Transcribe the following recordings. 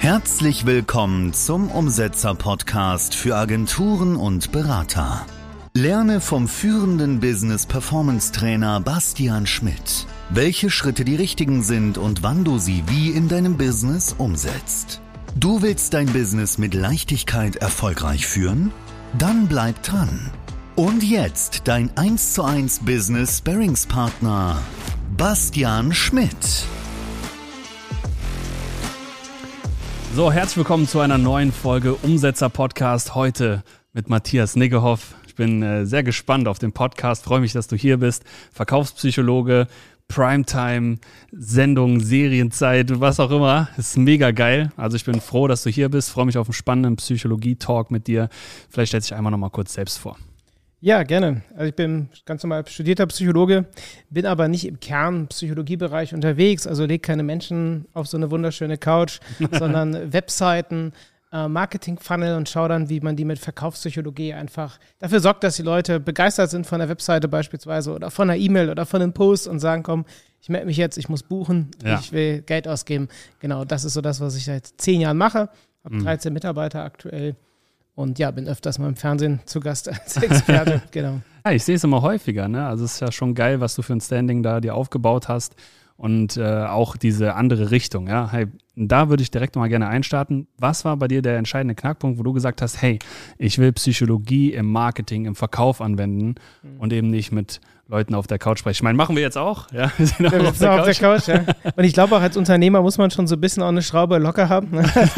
Herzlich willkommen zum Umsetzer-Podcast für Agenturen und Berater. Lerne vom führenden Business-Performance-Trainer Bastian Schmidt, welche Schritte die richtigen sind und wann du sie wie in deinem Business umsetzt. Du willst dein Business mit Leichtigkeit erfolgreich führen? Dann bleib dran. Und jetzt dein 1:1 Business-Sparringspartner Bastian Schmidt. So, herzlich willkommen zu einer neuen Folge Umsetzer-Podcast, heute mit Matthias Niggehoff. Ich bin sehr gespannt auf den Podcast, freue mich, dass du hier bist. Verkaufspsychologe, Primetime, Sendung, Serienzeit, was auch immer. Ist mega geil. Also ich bin froh, dass du hier bist, freue mich auf einen spannenden Psychologie-Talk mit dir. Vielleicht stellst du dich einmal noch mal kurz selbst vor. Ja, gerne. Also ich bin ganz normal studierter Psychologe, bin aber nicht im Kernpsychologiebereich unterwegs, also lege keine Menschen auf so eine wunderschöne Couch, sondern Webseiten, Marketing-Funnel und schaue dann, wie man die mit Verkaufspsychologie einfach dafür sorgt, dass die Leute begeistert sind von der Webseite beispielsweise oder von einer E-Mail oder von einem Post und sagen, komm, ich melde mich jetzt, ich muss buchen, ich will Geld ausgeben. Genau, das ist so das, was ich seit 10 Jahren mache. Habe 13 Mitarbeiter aktuell. Und ja, bin öfters mal im Fernsehen zu Gast als Experte, genau. Ja, ich sehe es immer häufiger, ne? Also es ist ja schon geil, was du für ein Standing da dir aufgebaut hast und auch diese andere Richtung, ja. Hey, da würde ich direkt mal gerne einstarten. Was war bei dir der entscheidende Knackpunkt, wo du gesagt hast, hey, ich will Psychologie im Marketing, im Verkauf anwenden und eben nicht mit Leuten auf der Couch sprechen? Ich meine, machen wir jetzt auch. Ja, wir sind auf der Couch, ja. Und ich glaube auch, als Unternehmer muss man schon so ein bisschen auch eine Schraube locker haben.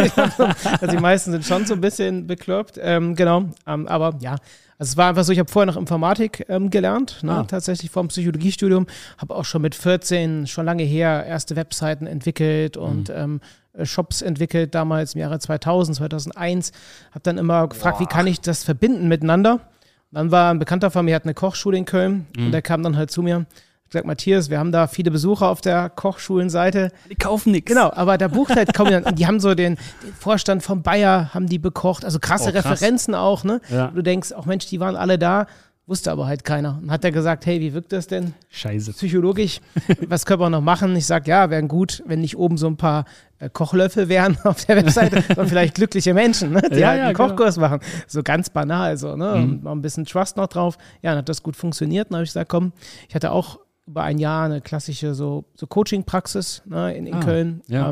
Also die meisten sind schon so ein bisschen bekloppt. Genau. Aber ja, also es war einfach so, ich habe vorher noch Informatik gelernt, tatsächlich vor dem Psychologiestudium. Habe auch schon mit 14, schon lange her, erste Webseiten entwickelt und Shops entwickelt, damals im Jahre 2000, 2001. Habe dann immer gefragt, wie kann ich das verbinden miteinander? Dann war ein Bekannter von mir, hat eine Kochschule in Köln und der kam dann halt zu mir und hat gesagt, Matthias, wir haben da viele Besucher auf der Kochschulenseite. Die kaufen nichts. Genau, aber da bucht halt kaum jemand. Und die haben so den Vorstand vom Bayer, haben die bekocht, also krasse Referenzen auch, ne? Ja. Du denkst, auch Mensch, die waren alle da, wusste aber halt keiner. Und hat er gesagt, hey, wie wirkt das denn? Scheiße. Psychologisch, was können wir noch machen? Ich sag, ja, wären gut, wenn nicht oben so ein paar Kochlöffel wären auf der Webseite, sondern vielleicht glückliche Menschen, ne, die halt einen Kochkurs machen. So ganz banal, so, ne? Und noch ein bisschen Trust noch drauf. Ja, dann hat das gut funktioniert. Dann habe ich gesagt, komm, ich hatte auch über ein Jahr eine klassische so Coaching-Praxis, ne, in Köln. Ja.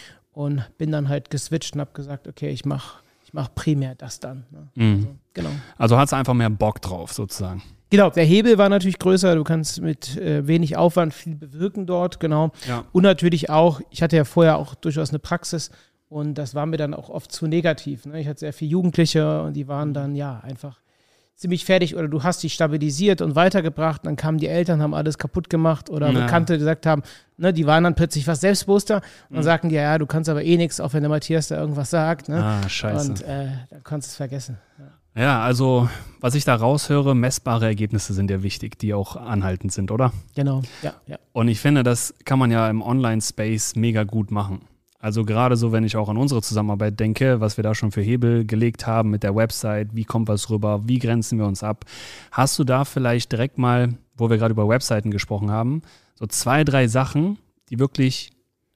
Und bin dann halt geswitcht und habe gesagt, okay, ich mach primär das dann. Ne? Also, genau. Also hast du einfach mehr Bock drauf, sozusagen. Genau, der Hebel war natürlich größer, du kannst mit wenig Aufwand viel bewirken dort, genau. Ja. Und natürlich auch, ich hatte ja vorher auch durchaus eine Praxis und das war mir dann auch oft zu negativ. Ne? Ich hatte sehr viele Jugendliche und die waren dann ja einfach ziemlich fertig oder du hast die stabilisiert und weitergebracht, dann kamen die Eltern, haben alles kaputt gemacht oder Bekannte, die gesagt haben, ne, die waren dann plötzlich was selbstbewusster und dann sagten die, ja, du kannst aber eh nichts, auch wenn der Matthias da irgendwas sagt. Ne? Scheiße. Und dann kannst du es vergessen. Ja, also was ich da raushöre, messbare Ergebnisse sind ja wichtig, die auch anhaltend sind, oder? Genau, ja. Und ich finde, das kann man ja im Online-Space mega gut machen. Also gerade so, wenn ich auch an unsere Zusammenarbeit denke, was wir da schon für Hebel gelegt haben mit der Website, wie kommt was rüber, wie grenzen wir uns ab. Hast du da vielleicht direkt mal, wo wir gerade über Webseiten gesprochen haben, so 2, 3 Sachen, die wirklich,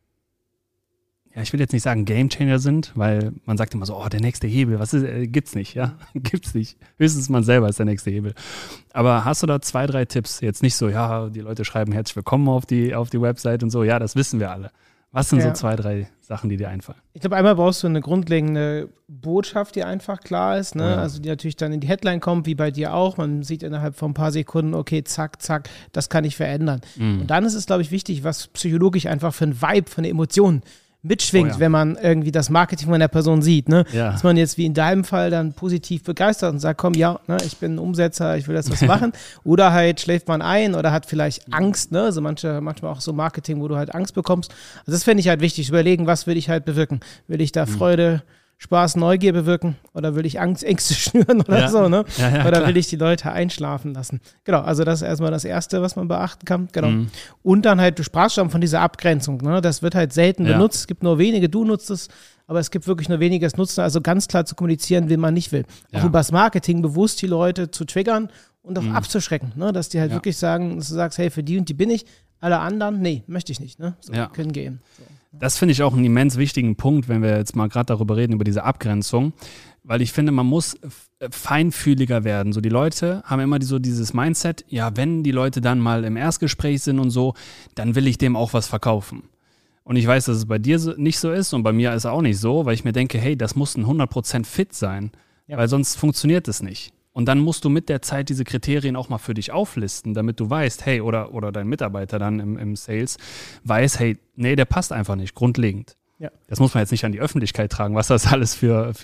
ja, ich will jetzt nicht sagen Gamechanger sind, weil man sagt immer so, oh, der nächste Hebel, was ist, gibt's nicht, ja, gibt's nicht. Höchstens man selber ist der nächste Hebel. Aber hast du da 2, 3 Tipps? Jetzt nicht so, ja, die Leute schreiben herzlich willkommen auf die Website und so, ja, das wissen wir alle. Was sind so 2, 3 Sachen, die dir einfallen? Ich glaube, einmal brauchst du eine grundlegende Botschaft, die einfach klar ist, ne? Ja. Also die natürlich dann in die Headline kommt, wie bei dir auch. Man sieht innerhalb von ein paar Sekunden, okay, zack, zack, das kann ich verändern. Und dann ist es, glaube ich, wichtig, was psychologisch einfach für ein Vibe, für eine Emotion mitschwingt, wenn man irgendwie das Marketing von der Person sieht, ne? Ja. Dass man jetzt wie in deinem Fall dann positiv begeistert und sagt, komm, ja, ne, ich bin ein Umsetzer, ich will das was machen. Oder halt schläft man ein oder hat vielleicht Angst, ne? Also manchmal auch so Marketing, wo du halt Angst bekommst. Also das fände ich halt wichtig, überlegen, was will ich halt bewirken? Will ich da Freude, Spaß, Neugier bewirken oder will ich Ängste schnüren oder so, ne? Ja, oder will ich die Leute einschlafen lassen? Genau, also das ist erstmal das Erste, was man beachten kann. Genau. Und dann halt, du sprachst schon von dieser Abgrenzung, ne? Das wird halt selten benutzt, es gibt nur wenige, du nutzt es, aber es gibt wirklich nur weniges Nutzen, also ganz klar zu kommunizieren, wen man nicht will. Auch über das Marketing bewusst die Leute zu triggern und auch abzuschrecken, ne? Dass die halt wirklich sagen, dass du sagst, hey, für die und die bin ich, alle anderen, nee, möchte ich nicht, ne? So, können gehen. So. Das finde ich auch einen immens wichtigen Punkt, wenn wir jetzt mal gerade darüber reden, über diese Abgrenzung, weil ich finde, man muss feinfühliger werden. So, die Leute haben immer so dieses Mindset, ja, wenn die Leute dann mal im Erstgespräch sind und so, dann will ich dem auch was verkaufen. Und ich weiß, dass es bei dir nicht so ist und bei mir ist es auch nicht so, weil ich mir denke, hey, das muss ein 100% fit sein, weil sonst funktioniert es nicht. Und dann musst du mit der Zeit diese Kriterien auch mal für dich auflisten, damit du weißt, hey, oder dein Mitarbeiter dann im Sales weiß, hey, nee, der passt einfach nicht, grundlegend. Ja. Das muss man jetzt nicht an die Öffentlichkeit tragen, was das alles für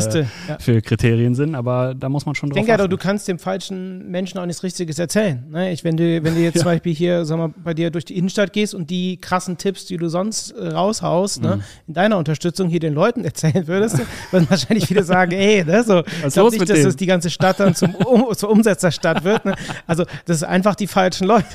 Kriterien sind, aber da muss man schon drauf achten. Ich denke ja, du kannst dem falschen Menschen auch nichts Richtiges erzählen. Ne? Wenn du jetzt zum Beispiel hier, sag mal, bei dir durch die Innenstadt gehst und die krassen Tipps, die du sonst raushaust, ne, in deiner Unterstützung hier den Leuten erzählen würdest, würden wahrscheinlich viele sagen, ey, ne, so, ich glaube nicht, dass das die ganze Stadt dann zur Umsetzerstadt wird. Ne? Also das sind einfach die falschen Leute.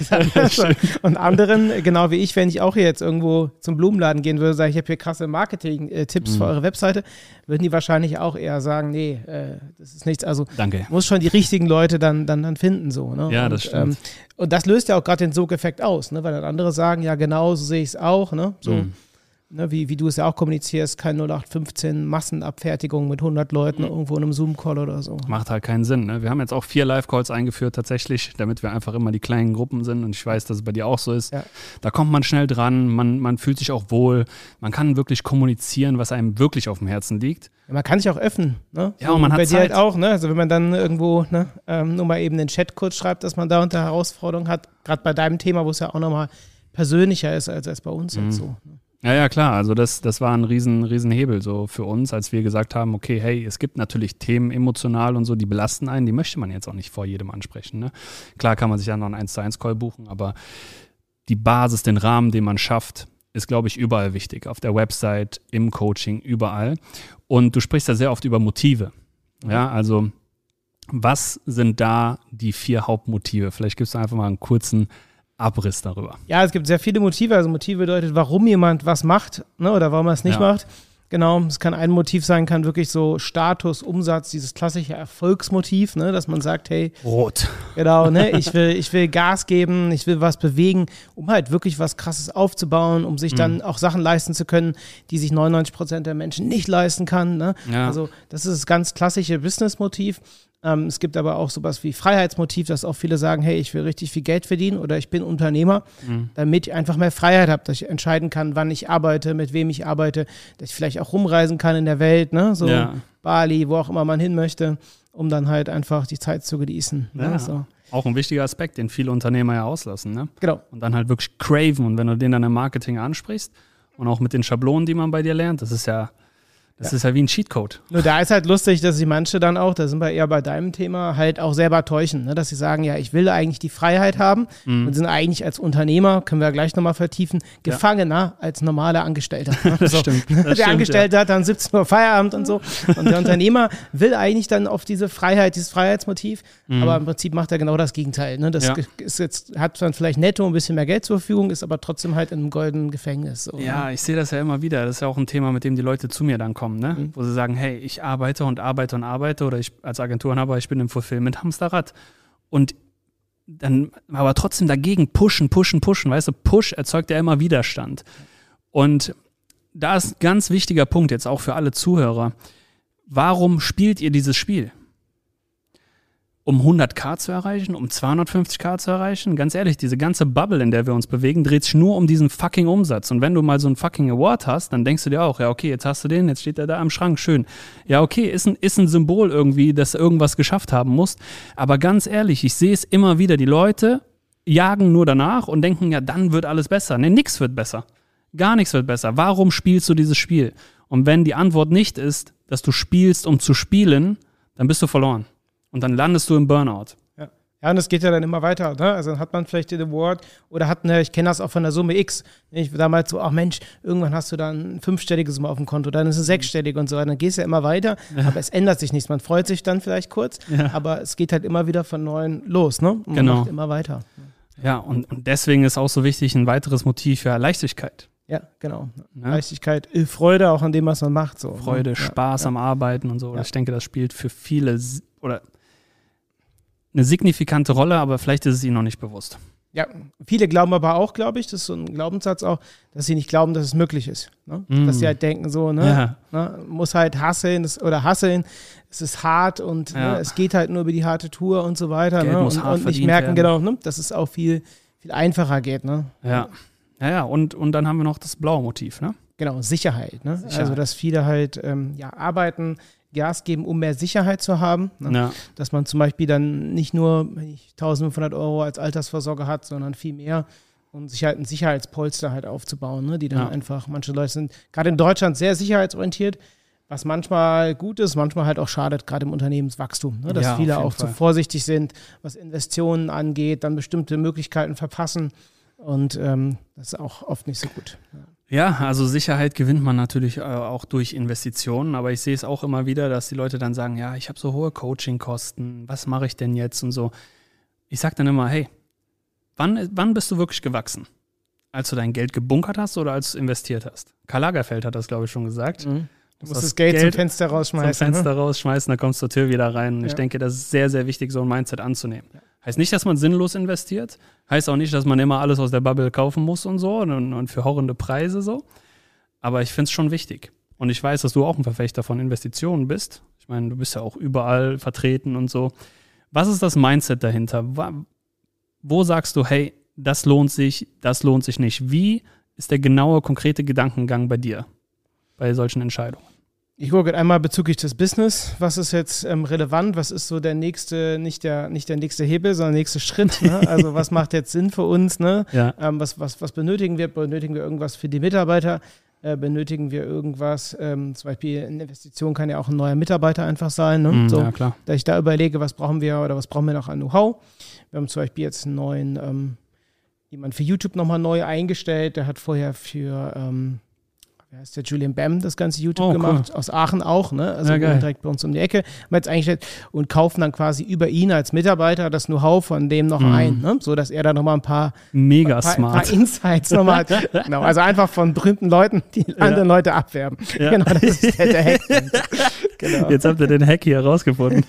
Und anderen, genau wie ich, wenn ich auch hier jetzt irgendwo zum Blumenladen gehen würde, sage ich habe hier krasse Marketing-Tipps für eure Webseite, würden die wahrscheinlich auch eher sagen, nee, das ist nichts, also Danke. Muss schon die richtigen Leute dann finden. So, ne? Ja, das stimmt. Und das löst ja auch gerade den Sog-Effekt aus, ne? Weil dann andere sagen, ja genau, so sehe ich es auch, ne? So, ne? Wie du es ja auch kommunizierst, kein 0815 Massenabfertigung mit 100 Leuten irgendwo in einem Zoom-Call oder so. Macht halt keinen Sinn. Ne? Wir haben jetzt auch 4 Live-Calls eingeführt tatsächlich, damit wir einfach immer die kleinen Gruppen sind und ich weiß, dass es bei dir auch so ist. Ja. Da kommt man schnell dran, man fühlt sich auch wohl, man kann wirklich kommunizieren, was einem wirklich auf dem Herzen liegt. Ja, man kann sich auch öffnen. Ne? Ja, und man hat bei Zeit. Dir halt auch, ne? Also wenn man dann irgendwo nur mal eben den Chat kurz schreibt, dass man da unter Herausforderungen hat, gerade bei deinem Thema, wo es ja auch nochmal persönlicher ist als bei uns jetzt so. Ne? Ja, klar. Also das war ein riesen Hebel so für uns, als wir gesagt haben, okay, hey, es gibt natürlich Themen emotional und so, die belasten einen, die möchte man jetzt auch nicht vor jedem ansprechen. Ne? Klar kann man sich dann noch einen 1:1-Call buchen, aber die Basis, den Rahmen, den man schafft, ist, glaube ich, überall wichtig. Auf der Website, im Coaching, überall. Und du sprichst ja sehr oft über Motive. Ja, also was sind da die 4 Hauptmotive? Vielleicht gibst du einfach mal einen kurzen Abriss darüber. Ja, es gibt sehr viele Motive. Also Motive bedeutet, warum jemand was macht, ne, oder warum er es nicht macht. Genau, es kann ein Motiv sein, kann wirklich so Status, Umsatz, dieses klassische Erfolgsmotiv, ne, dass man sagt, hey, Rot. Genau, ne, ich will Gas geben, ich will was bewegen, um halt wirklich was Krasses aufzubauen, um sich dann auch Sachen leisten zu können, die sich 99% der Menschen nicht leisten kann. Ne? Ja. Also das ist das ganz klassische Business-Motiv. Es gibt aber auch sowas wie Freiheitsmotiv, dass auch viele sagen, hey, ich will richtig viel Geld verdienen oder ich bin Unternehmer, damit ich einfach mehr Freiheit habe, dass ich entscheiden kann, wann ich arbeite, mit wem ich arbeite, dass ich vielleicht auch rumreisen kann in der Welt, ne? So Bali, wo auch immer man hin möchte, um dann halt einfach die Zeit zu genießen. Ja. Ne? So. Auch ein wichtiger Aspekt, den viele Unternehmer ja auslassen. Ne? Genau. Und dann halt wirklich craven. Und wenn du den dann im Marketing ansprichst und auch mit den Schablonen, die man bei dir lernt, das ist ja wie ein Cheatcode. Nur da ist halt lustig, dass sich manche dann auch, da sind wir eher bei deinem Thema, halt auch selber täuschen, ne? Dass sie sagen, ja, ich will eigentlich die Freiheit haben und sind eigentlich als Unternehmer, können wir ja gleich nochmal vertiefen, Gefangener als normaler Angestellter. Ne? Das stimmt. Der Angestellte hat dann 17 Uhr Feierabend und so und der Unternehmer will eigentlich dann auf diese Freiheit, dieses Freiheitsmotiv, aber im Prinzip macht er genau das Gegenteil. Ne? Das ist jetzt, hat dann vielleicht netto ein bisschen mehr Geld zur Verfügung, ist aber trotzdem halt in einem goldenen Gefängnis. So, ja, ne? Ich sehe das ja immer wieder. Das ist ja auch ein Thema, mit dem die Leute zu mir dann kommen. Ne? Wo sie sagen, hey, ich arbeite oder ich als Agenturenhaber, ich bin im Fulfillment-Hamsterrad und dann aber trotzdem dagegen pushen, weißt du, Push erzeugt ja immer Widerstand und da ist ein ganz wichtiger Punkt jetzt auch für alle Zuhörer, warum spielt ihr dieses Spiel? Um 100.000 zu erreichen, um 250.000 zu erreichen? Ganz ehrlich, diese ganze Bubble, in der wir uns bewegen, dreht sich nur um diesen fucking Umsatz. Und wenn du mal so einen fucking Award hast, dann denkst du dir auch, ja okay, jetzt hast du den, jetzt steht er da am Schrank, schön. Ja okay, ist ein Symbol irgendwie, dass du irgendwas geschafft haben musst. Aber ganz ehrlich, ich sehe es immer wieder, die Leute jagen nur danach und denken, ja dann wird alles besser. Nee, nix wird besser. Gar nichts wird besser. Warum spielst du dieses Spiel? Und wenn die Antwort nicht ist, dass du spielst, um zu spielen, dann bist du verloren. Und dann landest du im Burnout. Ja, und es geht ja dann immer weiter. Ne? Also dann hat man vielleicht den Award oder ich kenne das auch von der Summe X. Ich damals so, ach Mensch, irgendwann hast du dann ein 5-stelliges Summe auf dem Konto, dann ist es 6-stellig und so weiter. Dann gehst du ja immer weiter, aber es ändert sich nichts. Man freut sich dann vielleicht kurz, aber es geht halt immer wieder von Neuem los. Ne? Und man macht immer weiter. Ja, und deswegen ist auch so wichtig ein weiteres Motiv für Leichtigkeit. Ja, genau. Ja. Leichtigkeit, Freude auch an dem, was man macht. So, Freude, Spaß am Arbeiten und so. Ja. Ich denke, das spielt für viele oder eine signifikante Rolle, aber vielleicht ist es ihnen noch nicht bewusst. Ja, viele glauben aber auch, glaube ich, das ist so ein Glaubenssatz auch, dass sie nicht glauben, dass es möglich ist. Ne? Dass sie halt denken so, muss halt hasseln, es ist hart und es geht halt nur über die harte Tour und so weiter. Geld muss hart und nicht verdient merken, werden. dass es auch viel, viel einfacher geht. Ne? Ja, und dann haben wir noch das blaue Motiv, ne? Genau, Sicherheit. Ne? Also, dass viele halt arbeiten, Gas geben, um mehr Sicherheit zu haben. Ne? Ja. Dass man zum Beispiel dann nicht nur 1.500 € als Altersvorsorge hat, sondern viel mehr, um sich halt ein Sicherheitspolster halt aufzubauen, ne? Die dann einfach, manche Leute sind gerade in Deutschland sehr sicherheitsorientiert, was manchmal gut ist, manchmal halt auch schadet, gerade im Unternehmenswachstum, ne? Dass viele auch zu vorsichtig sind, was Investitionen angeht, dann bestimmte Möglichkeiten verpassen und das ist auch oft nicht so gut. Ja, also Sicherheit gewinnt man natürlich auch durch Investitionen, aber ich sehe es auch immer wieder, dass die Leute dann sagen, ja, ich habe so hohe Coachingkosten, was mache ich denn jetzt und so. Ich sage dann immer, hey, wann bist du wirklich gewachsen? Als du dein Geld gebunkert hast oder als du investiert hast? Karl Lagerfeld hat das, glaube ich, schon gesagt. Du musst das Geld zum Fenster rausschmeißen. Dann kommst du zur Tür wieder rein. Ich denke, das ist sehr, sehr wichtig, so ein Mindset anzunehmen. Ja. Heißt nicht, dass man sinnlos investiert. Heißt auch nicht, dass man immer alles aus der Bubble kaufen muss und so und für horrende Preise so. Aber ich finde es schon wichtig. Und ich weiß, dass du auch ein Verfechter von Investitionen bist. Ich meine, du bist ja auch überall vertreten und so. Was ist das Mindset dahinter? Wo sagst du, hey, das lohnt sich nicht? Wie ist der genaue, konkrete Gedankengang bei dir, bei solchen Entscheidungen? Ich gucke einmal bezüglich des Business, was ist jetzt relevant, was ist so der nächste, nicht der nächste Hebel, sondern der nächste Schritt, ne? Also was macht jetzt Sinn für uns, ne? Ja. Was benötigen wir? Benötigen wir irgendwas für die Mitarbeiter? Benötigen wir irgendwas? Zum Beispiel eine Investition kann ja auch ein neuer Mitarbeiter einfach sein, ne? Ja, klar. Da ich da überlege, was brauchen wir noch an Know-how? Wir haben zum Beispiel jetzt einen neuen, jemand für YouTube nochmal neu eingestellt, der hat vorher für wer ist der Julian Bam, das ganze YouTube gemacht, cool. Aus Aachen auch, ne? Also direkt bei uns um die Ecke. Haben wir jetzt eingestellt und kaufen dann quasi über ihn als Mitarbeiter das Know-how von dem noch ein, ne? So dass er da nochmal ein paar Insights nochmal hat. Genau, also einfach von berühmten Leuten, die andere Leute abwerben. Ja. Genau, das ist der Hack. Genau. Jetzt habt ihr den Hack hier rausgefunden.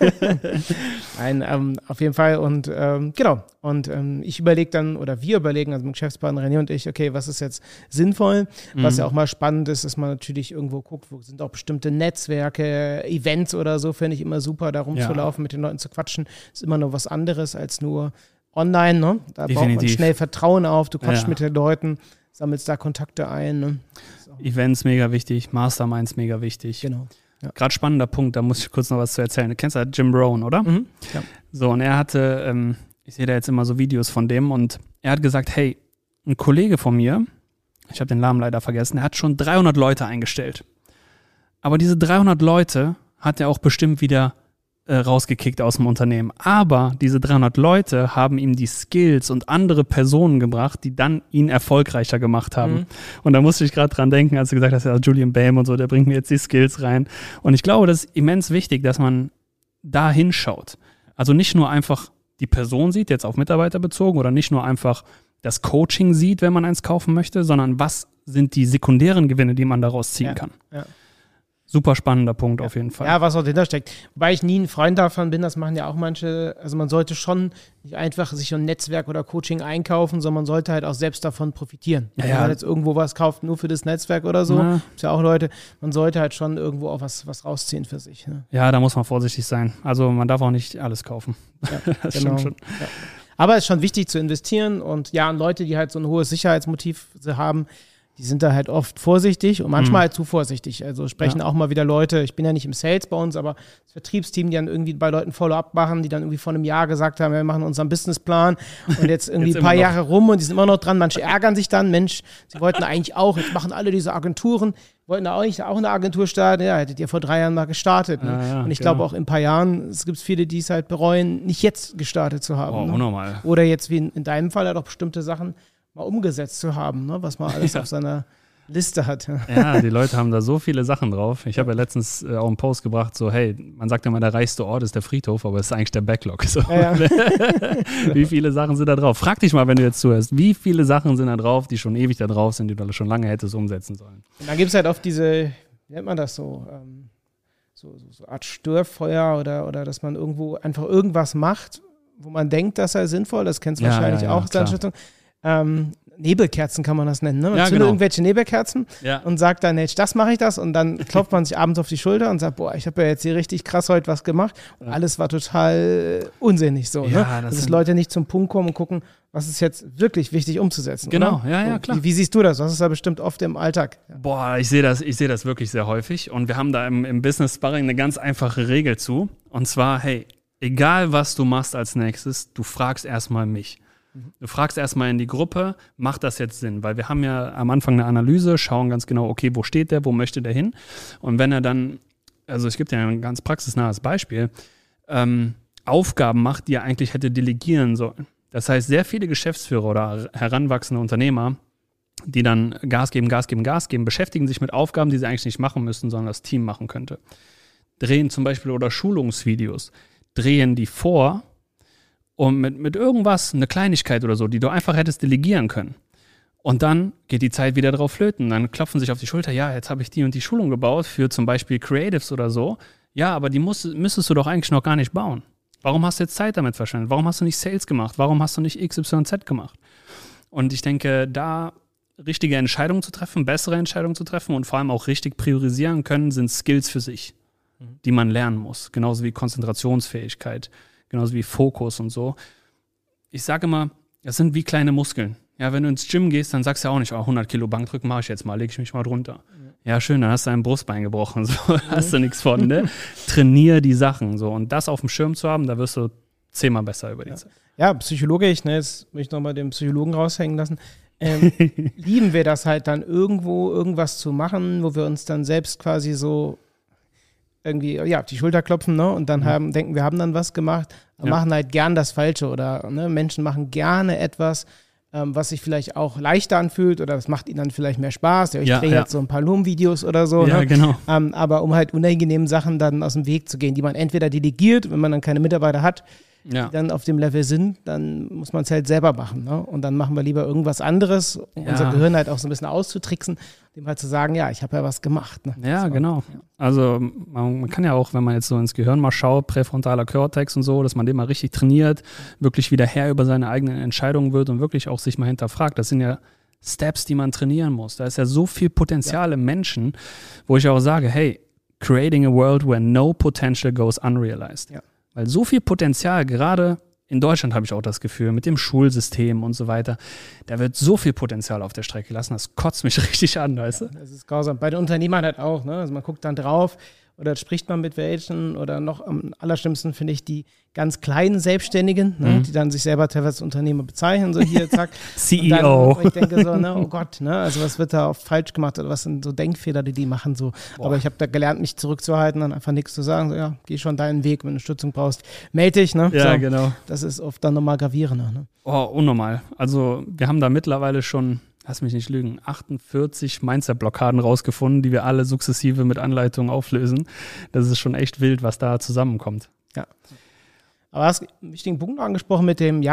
Nein, auf jeden Fall und genau. Und ich überlege dann, oder wir überlegen, also mein Geschäftspartner René und ich, okay, was ist jetzt sinnvoll, was ja auch mal spannend ist, dass man natürlich irgendwo guckt, wo sind auch bestimmte Netzwerke, Events oder so, finde ich immer super, da rumzulaufen, mit den Leuten zu quatschen, ist immer noch was anderes als nur online, ne? Da baut man schnell Vertrauen auf, du quatschst mit den Leuten, sammelst da Kontakte ein. Ne? So. Events mega wichtig, Masterminds mega wichtig. Genau. Ja. Gerade spannender Punkt, da muss ich kurz noch was zu erzählen. Du kennst ja Jim Rohn, oder? Mhm. Ja. So, und er hatte, ich sehe da jetzt immer so Videos von dem und er hat gesagt, hey, ein Kollege von mir, ich habe den Namen leider vergessen, er hat schon 300 Leute eingestellt. Aber diese 300 Leute hat er auch bestimmt wieder rausgekickt aus dem Unternehmen. Aber diese 300 Leute haben ihm die Skills und andere Personen gebracht, die dann ihn erfolgreicher gemacht haben. Mhm. Und da musste ich gerade dran denken, als du gesagt hast, ja, Julian Bam und so, der bringt mir jetzt die Skills rein. Und ich glaube, das ist immens wichtig, dass man da hinschaut. Also nicht nur einfach die Person sieht, jetzt auf Mitarbeiter bezogen, oder nicht nur einfach das Coaching sieht, wenn man eins kaufen möchte, sondern was sind die sekundären Gewinne, die man daraus ziehen kann. Ja. Super spannender Punkt auf jeden Fall. Ja, was auch dahinter steckt. Wobei ich nie ein Freund davon bin, das machen ja auch manche, also man sollte schon nicht einfach sich ein Netzwerk oder Coaching einkaufen, sondern man sollte halt auch selbst davon profitieren. Ja, wenn man jetzt irgendwo was kauft, nur für das Netzwerk oder so, ist ja auch Leute, man sollte halt schon irgendwo auch was rausziehen für sich. Ne? Ja, da muss man vorsichtig sein. Also man darf auch nicht alles kaufen. Ja, das stimmt schon. Ja. Aber es ist schon wichtig zu investieren und ja, an Leute, die halt so ein hohes Sicherheitsmotiv haben, die sind da halt oft vorsichtig und manchmal halt zu vorsichtig. Also sprechen auch mal wieder Leute, ich bin ja nicht im Sales bei uns, aber das Vertriebsteam, die dann irgendwie bei Leuten Follow-up machen, die dann irgendwie vor einem Jahr gesagt haben, wir machen unseren Businessplan und jetzt irgendwie ein paar Jahre rum und die sind immer noch dran. Manche ärgern sich dann, Mensch, sie wollten eigentlich auch, jetzt machen alle diese Agenturen, wollten da auch eine Agentur starten, ja, hättet ihr vor 3 Jahren mal gestartet. Ne? Ja, und ich glaube auch in ein paar Jahren, es gibt viele, die es halt bereuen, nicht jetzt gestartet zu haben. Oh, unnormal. Oder jetzt wie in deinem Fall halt auch bestimmte Sachen mal umgesetzt zu haben, ne? Was man alles auf seiner Liste hat. Ja, die Leute haben da so viele Sachen drauf. Ich habe ja letztens auch einen Post gebracht, so hey, man sagt immer, der reichste Ort ist der Friedhof, aber es ist eigentlich der Backlog. So. Ja. Wie viele Sachen sind da drauf? Frag dich mal, wenn du jetzt zuhörst, wie viele Sachen sind da drauf, die schon ewig da drauf sind, die du schon lange hättest umsetzen sollen. Und dann gibt es halt oft diese, wie nennt man das so, so Art Störfeuer oder dass man irgendwo einfach irgendwas macht, wo man denkt, dass er sinnvoll, das kennst du wahrscheinlich auch, Stiftung. Nebelkerzen kann man das nennen. Ne? Man zündet irgendwelche Nebelkerzen und sagt dann, jetzt das mache ich das und dann klopft man sich abends auf die Schulter und sagt, boah, ich habe ja jetzt hier richtig krass heute was gemacht und alles war total unsinnig so. Ne? Dass Leute nicht zum Punkt kommen und gucken, was ist jetzt wirklich wichtig umzusetzen. Genau, oder? Ja, klar. Wie siehst du das? Das ist ja bestimmt oft im Alltag. Boah, ich sehe das wirklich sehr häufig und wir haben da im Business Sparring eine ganz einfache Regel zu und zwar, hey, egal was du machst als nächstes, du fragst erstmal mich. Du fragst erstmal in die Gruppe, macht das jetzt Sinn? Weil wir haben ja am Anfang eine Analyse, schauen ganz genau, okay, wo steht der, wo möchte der hin? Und wenn er dann, also ich gebe dir ein ganz praxisnahes Beispiel, Aufgaben macht, die er eigentlich hätte delegieren sollen. Das heißt, sehr viele Geschäftsführer oder heranwachsende Unternehmer, die dann Gas geben, beschäftigen sich mit Aufgaben, die sie eigentlich nicht machen müssen, sondern das Team machen könnte. Drehen zum Beispiel oder Schulungsvideos, drehen die vor, und mit irgendwas, eine Kleinigkeit oder so, die du einfach hättest delegieren können. Und dann geht die Zeit wieder drauf flöten. Dann klopfen sich auf die Schulter, ja, jetzt habe ich die und die Schulung gebaut für zum Beispiel Creatives oder so. Ja, aber die müsstest du doch eigentlich noch gar nicht bauen. Warum hast du jetzt Zeit damit verschwendet? Warum hast du nicht Sales gemacht? Warum hast du nicht XYZ gemacht? Und ich denke, da richtige Entscheidungen zu treffen, bessere Entscheidungen zu treffen und vor allem auch richtig priorisieren können, sind Skills für sich, die man lernen muss. Genauso wie Konzentrationsfähigkeit. Genauso wie Fokus und so. Ich sage immer, das sind wie kleine Muskeln. Ja, wenn du ins Gym gehst, dann sagst du ja auch nicht, 100 Kilo Bankdrücken mache ich jetzt mal, lege ich mich mal drunter. Ja, schön, dann hast du dein Brustbein gebrochen, so hast du nichts von, ne? Trainier die Sachen, so. Und das auf dem Schirm zu haben, da wirst du 10-mal besser über die Zeit. Ja, psychologisch, ne, jetzt möchte ich nochmal den Psychologen raushängen lassen. Lieben wir das halt dann irgendwas zu machen, wo wir uns dann selbst quasi so irgendwie, auf die Schulter klopfen, ne? Und dann denken, wir haben dann was gemacht, aber machen halt gern das Falsche oder ne? Menschen machen gerne etwas, was sich vielleicht auch leichter anfühlt oder das macht ihnen dann vielleicht mehr Spaß. Ich drehe jetzt so ein paar Loom-Videos oder so. Ja, ne? Genau. Aber um halt unangenehmen Sachen dann aus dem Weg zu gehen, die man entweder delegiert, wenn man dann keine Mitarbeiter hat, die dann auf dem Level sind, dann muss man es halt selber machen. Ne? Und dann machen wir lieber irgendwas anderes, um unser Gehirn halt auch so ein bisschen auszutricksen, dem halt zu sagen, ja, ich habe ja was gemacht. Ne? Ja, so, genau. Ja. Also man kann ja auch, wenn man jetzt so ins Gehirn mal schaut, präfrontaler Cortex und so, dass man den mal richtig trainiert, wirklich wieder Herr über seine eigenen Entscheidungen wird und wirklich auch sich mal hinterfragt. Das sind ja Steps, die man trainieren muss. Da ist ja so viel Potenzial im Menschen, wo ich auch sage, hey, creating a world where no potential goes unrealized. Ja. Weil so viel Potenzial, gerade in Deutschland habe ich auch das Gefühl, mit dem Schulsystem und so weiter, da wird so viel Potenzial auf der Strecke gelassen, das kotzt mich richtig an, weißt du? Das ist grausam. Bei den Unternehmern halt auch, ne? Also man guckt dann drauf oder spricht man mit welchen oder noch am allerschlimmsten finde ich die ganz kleinen Selbstständigen, ne? Die dann sich selber teilweise als Unternehmer bezeichnen, so hier, zack. CEO. Und ich denke so, ne, oh Gott, ne, also was wird da oft falsch gemacht oder was sind so Denkfehler, die machen so. Boah. Aber ich habe da gelernt, mich zurückzuhalten und einfach nichts zu sagen, so ja, geh schon deinen Weg, wenn du Unterstützung brauchst, melde dich, ne. Ja, so, genau. Das ist oft dann nochmal gravierender, ne. Oh, unnormal. Also wir haben da mittlerweile schon, lass mich nicht lügen, 48 Mindset-Blockaden rausgefunden, die wir alle sukzessive mit Anleitungen auflösen. Das ist schon echt wild, was da zusammenkommt. Ja. Aber du hast einen wichtigen Punkt angesprochen mit dem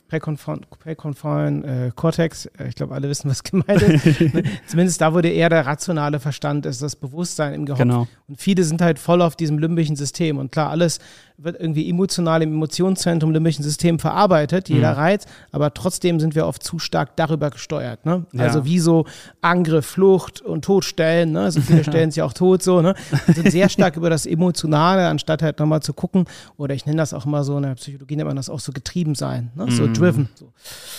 präkonformen Cortex. Ich glaube, alle wissen, was gemeint ist. Zumindest da, wo eher der rationale Verstand ist, das Bewusstsein im Gehirn. Genau. Und viele sind halt voll auf diesem limbischen System. Und klar, alles wird irgendwie emotional im Emotionszentrum, limbischen System verarbeitet, jeder Reiz. Aber trotzdem sind wir oft zu stark darüber gesteuert. Ne? Ja. Also wie so Angriff, Flucht und Todstellen. Ne? Also viele stellen sich auch tot so. Ne? Und sind sehr stark über das Emotionale, anstatt halt nochmal zu gucken. Oder ich nenne das auch immer so, in der Psychologie nennt man das auch so getrieben sein. Ne? So driven. So.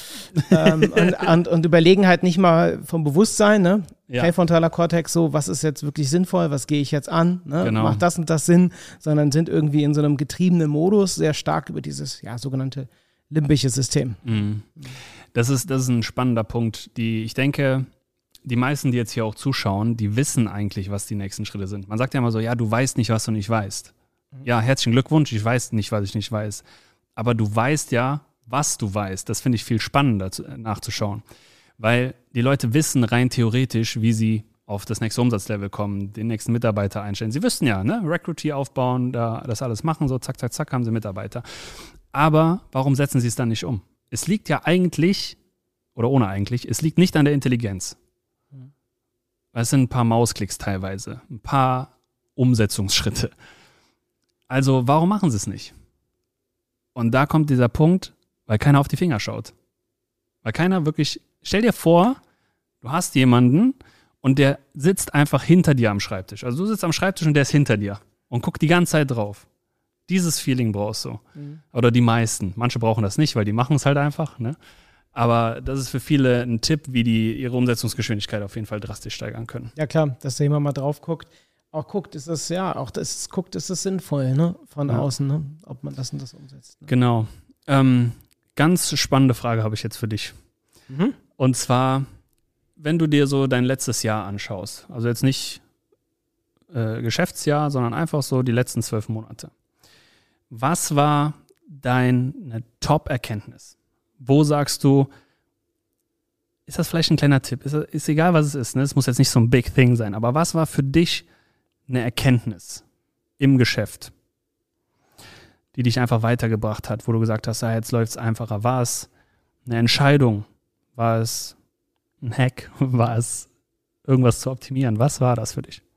und überlegen halt nicht mal vom Bewusstsein, ne? Präfrontaler Kortex, so, was ist jetzt wirklich sinnvoll, was gehe ich jetzt an, ne? Genau. Macht das und das Sinn, sondern sind irgendwie in so einem getriebenen Modus sehr stark über dieses, sogenannte limbische System. Das ist ein spannender Punkt, ich denke, die meisten, die jetzt hier auch zuschauen, die wissen eigentlich, was die nächsten Schritte sind. Man sagt ja immer so, ja, du weißt nicht, was du nicht weißt. Ja, herzlichen Glückwunsch, ich weiß nicht, was ich nicht weiß. Aber du weißt ja, was du weißt. Das finde ich viel spannender nachzuschauen. Weil die Leute wissen rein theoretisch, wie sie auf das nächste Umsatzlevel kommen, den nächsten Mitarbeiter einstellen. Sie wüssten ja, ne? Recruiter aufbauen, das alles machen, so zack, zack, zack, haben sie Mitarbeiter. Aber warum setzen sie es dann nicht um? Es liegt ja eigentlich, oder ohne eigentlich, es liegt nicht an der Intelligenz. Es sind ein paar Mausklicks teilweise, ein paar Umsetzungsschritte. Also warum machen sie es nicht? Und da kommt dieser Punkt, weil keiner auf die Finger schaut. Weil keiner wirklich, stell dir vor, du hast jemanden und der sitzt einfach hinter dir am Schreibtisch. Also du sitzt am Schreibtisch und der ist hinter dir und guckt die ganze Zeit drauf. Dieses Feeling brauchst du. Oder die meisten. Manche brauchen das nicht, weil die machen es halt einfach. Ne? Aber das ist für viele ein Tipp, wie die ihre Umsetzungsgeschwindigkeit auf jeden Fall drastisch steigern können. Ja klar, dass da jemand mal drauf guckt. Auch guckt, ist das sinnvoll, ne? Von außen, ne? Ob man das und das umsetzt. Ne? Genau. Ganz spannende Frage habe ich jetzt für dich. Und zwar, wenn du dir so dein letztes Jahr anschaust, also jetzt nicht Geschäftsjahr, sondern einfach so die letzten 12 Monate. Was war deine Top-Erkenntnis? Wo sagst du, ist das vielleicht ein kleiner Tipp? Ist egal, was es ist, ne? Es muss jetzt nicht so ein Big Thing sein, aber was war für dich eine Erkenntnis im Geschäft, die dich einfach weitergebracht hat, wo du gesagt hast, jetzt läuft es einfacher? War es eine Entscheidung? War es ein Hack? War es irgendwas zu optimieren? Was war das für dich?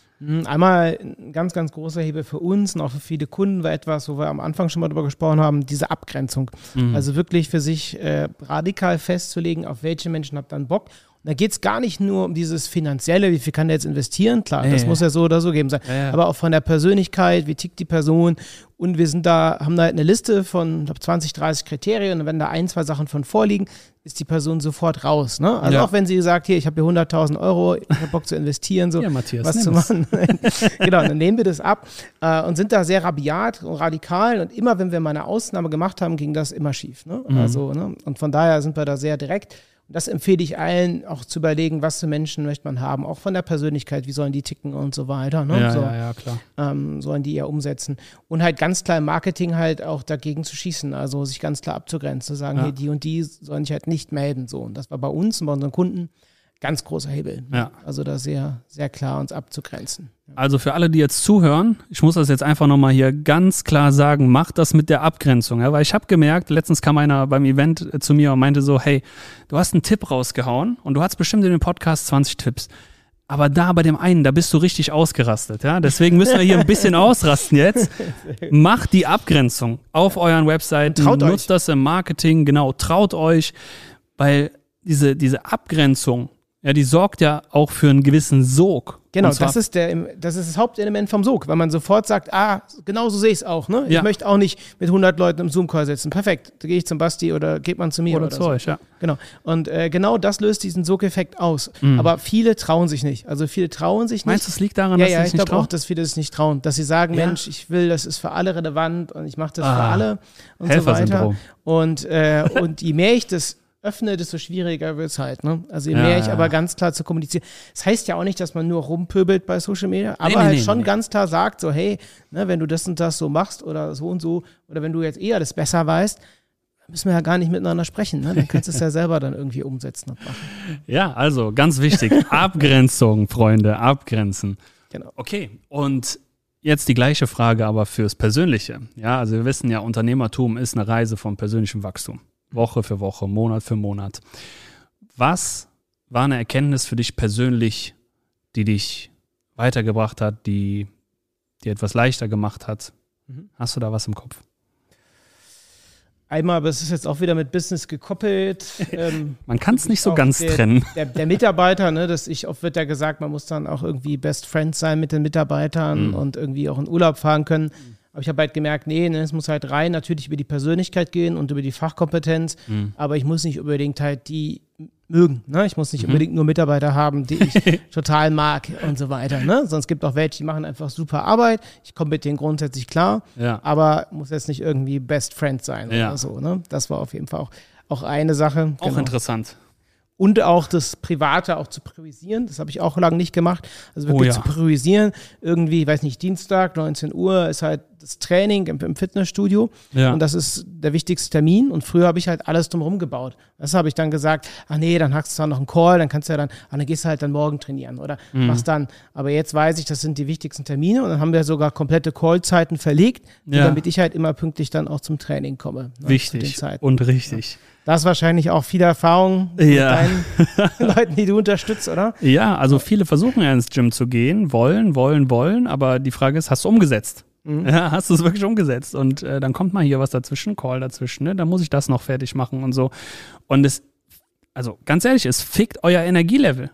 Einmal ein ganz, ganz großer Hebel für uns und auch für viele Kunden war etwas, wo wir am Anfang schon mal drüber gesprochen haben, diese Abgrenzung. Also wirklich für sich radikal festzulegen, auf welche Menschen habt dann Bock. Da geht es gar nicht nur um dieses Finanzielle, wie viel kann der jetzt investieren, klar, das muss ja so oder so geben sein, aber auch von der Persönlichkeit, wie tickt die Person, und wir haben da halt eine Liste von, ich glaube, 20, 30 Kriterien, und wenn da 1, 2 Sachen von vorliegen, ist die Person sofort raus, ne? Also auch wenn sie sagt, hier, ich habe hier 100.000 Euro, ich habe Bock zu investieren, so Matthias, was zu machen. Genau, dann nehmen wir das ab und sind da sehr rabiat und radikal, und immer, wenn wir mal eine Ausnahme gemacht haben, ging das immer schief, ne? Also, ne? Und von daher sind wir da sehr direkt. Und das empfehle ich allen, auch zu überlegen, was für Menschen möchte man haben, auch von der Persönlichkeit, wie sollen die ticken und so weiter. Ne? Ja, klar. Sollen die eher umsetzen. Und halt ganz klar im Marketing halt auch dagegen zu schießen, also sich ganz klar abzugrenzen, zu sagen, hey, die und die sollen sich halt nicht melden. So. Und das war bei uns und bei unseren Kunden ganz großer Hebel. Ja. Also da sehr, sehr klar uns abzugrenzen. Also für alle, die jetzt zuhören, ich muss das jetzt einfach nochmal hier ganz klar sagen, macht das mit der Abgrenzung. Ja? Weil ich habe gemerkt, letztens kam einer beim Event zu mir und meinte so, hey, du hast einen Tipp rausgehauen und du hast bestimmt in dem Podcast 20 Tipps. Aber da bei dem einen, da bist du richtig ausgerastet. Ja? Deswegen müssen wir hier ein bisschen ausrasten jetzt. Macht die Abgrenzung auf euren Webseiten, nutzt das im Marketing, genau, traut euch, weil diese Abgrenzung, ja, die sorgt ja auch für einen gewissen Sog. Genau, das ist das Hauptelement vom Sog, weil man sofort sagt, genau so sehe ich es auch. Ne? Ich möchte auch nicht mit 100 Leuten im Zoom-Call sitzen. Perfekt, da gehe ich zum Basti oder geht man zu mir. Oder zu euch, ja. Genau, und genau das löst diesen Sog-Effekt aus. Aber viele trauen sich nicht. Also viele trauen sich nicht. Meinst du, es liegt daran, dass sie sich nicht trauen? Ja, ich glaube auch, dass viele es nicht trauen. Dass sie sagen, Mensch, ich will, das ist für alle relevant und ich mache das für alle und so weiter. Und je mehr ich das öffne, desto schwieriger wird es halt. Ne? Also je mehr ich aber ganz klar zu kommunizieren. Das heißt ja auch nicht, dass man nur rumpöbelt bei Social Media, aber schon ganz klar sagt, so hey, ne, wenn du das und das so machst oder so und so, oder wenn du jetzt eher das besser weißt, müssen wir ja gar nicht miteinander sprechen. Ne? Dann kannst du es ja selber dann irgendwie umsetzen und machen. Ja, also ganz wichtig, Abgrenzung, Freunde, abgrenzen. Genau. Okay, und jetzt die gleiche Frage, aber fürs Persönliche. Ja, also wir wissen ja, Unternehmertum ist eine Reise von persönlichem Wachstum. Woche für Woche, Monat für Monat. Was war eine Erkenntnis für dich persönlich, die dich weitergebracht hat, die dir etwas leichter gemacht hat? Hast du da was im Kopf? Einmal, aber es ist jetzt auch wieder mit Business gekoppelt. Man kann es nicht so ganz trennen. Der Mitarbeiter, ne, oft wird ja gesagt, man muss dann auch irgendwie Best Friends sein mit den Mitarbeitern und irgendwie auch in Urlaub fahren können. Aber ich habe halt gemerkt, es muss halt rein natürlich über die Persönlichkeit gehen und über die Fachkompetenz, aber ich muss nicht unbedingt halt die mögen. Ne? Ich muss nicht unbedingt nur Mitarbeiter haben, die ich total mag und so weiter. Ne? Sonst gibt es auch welche, die machen einfach super Arbeit. Ich komme mit denen grundsätzlich klar, aber muss jetzt nicht irgendwie Best Friend sein oder so. Ne? Das war auf jeden Fall auch eine Sache. Auch interessant. Und auch das Private auch zu priorisieren. Das habe ich auch lange nicht gemacht. Also wirklich zu priorisieren. Irgendwie, weiß nicht, Dienstag, 19 Uhr ist halt das Training im Fitnessstudio. Ja. Und das ist der wichtigste Termin. Und früher habe ich halt alles drumherum gebaut. Das habe ich dann gesagt, dann hast du dann noch einen Call, dann kannst du dann gehst du halt dann morgen trainieren oder machst dann. Aber jetzt weiß ich, das sind die wichtigsten Termine. Und dann haben wir sogar komplette Callzeiten verlegt, damit ich halt immer pünktlich dann auch zum Training komme. Wichtig und richtig. Ja. Das ist wahrscheinlich auch viel Erfahrung mit deinen Leuten, die du unterstützt, oder? Ja, also viele versuchen ja ins Gym zu gehen, wollen, aber die Frage ist, hast du umgesetzt? Ja, hast du es wirklich umgesetzt? Und dann kommt mal hier was dazwischen, Call dazwischen, ne? Dann muss ich das noch fertig machen und so. Und also ganz ehrlich, es fickt euer Energielevel.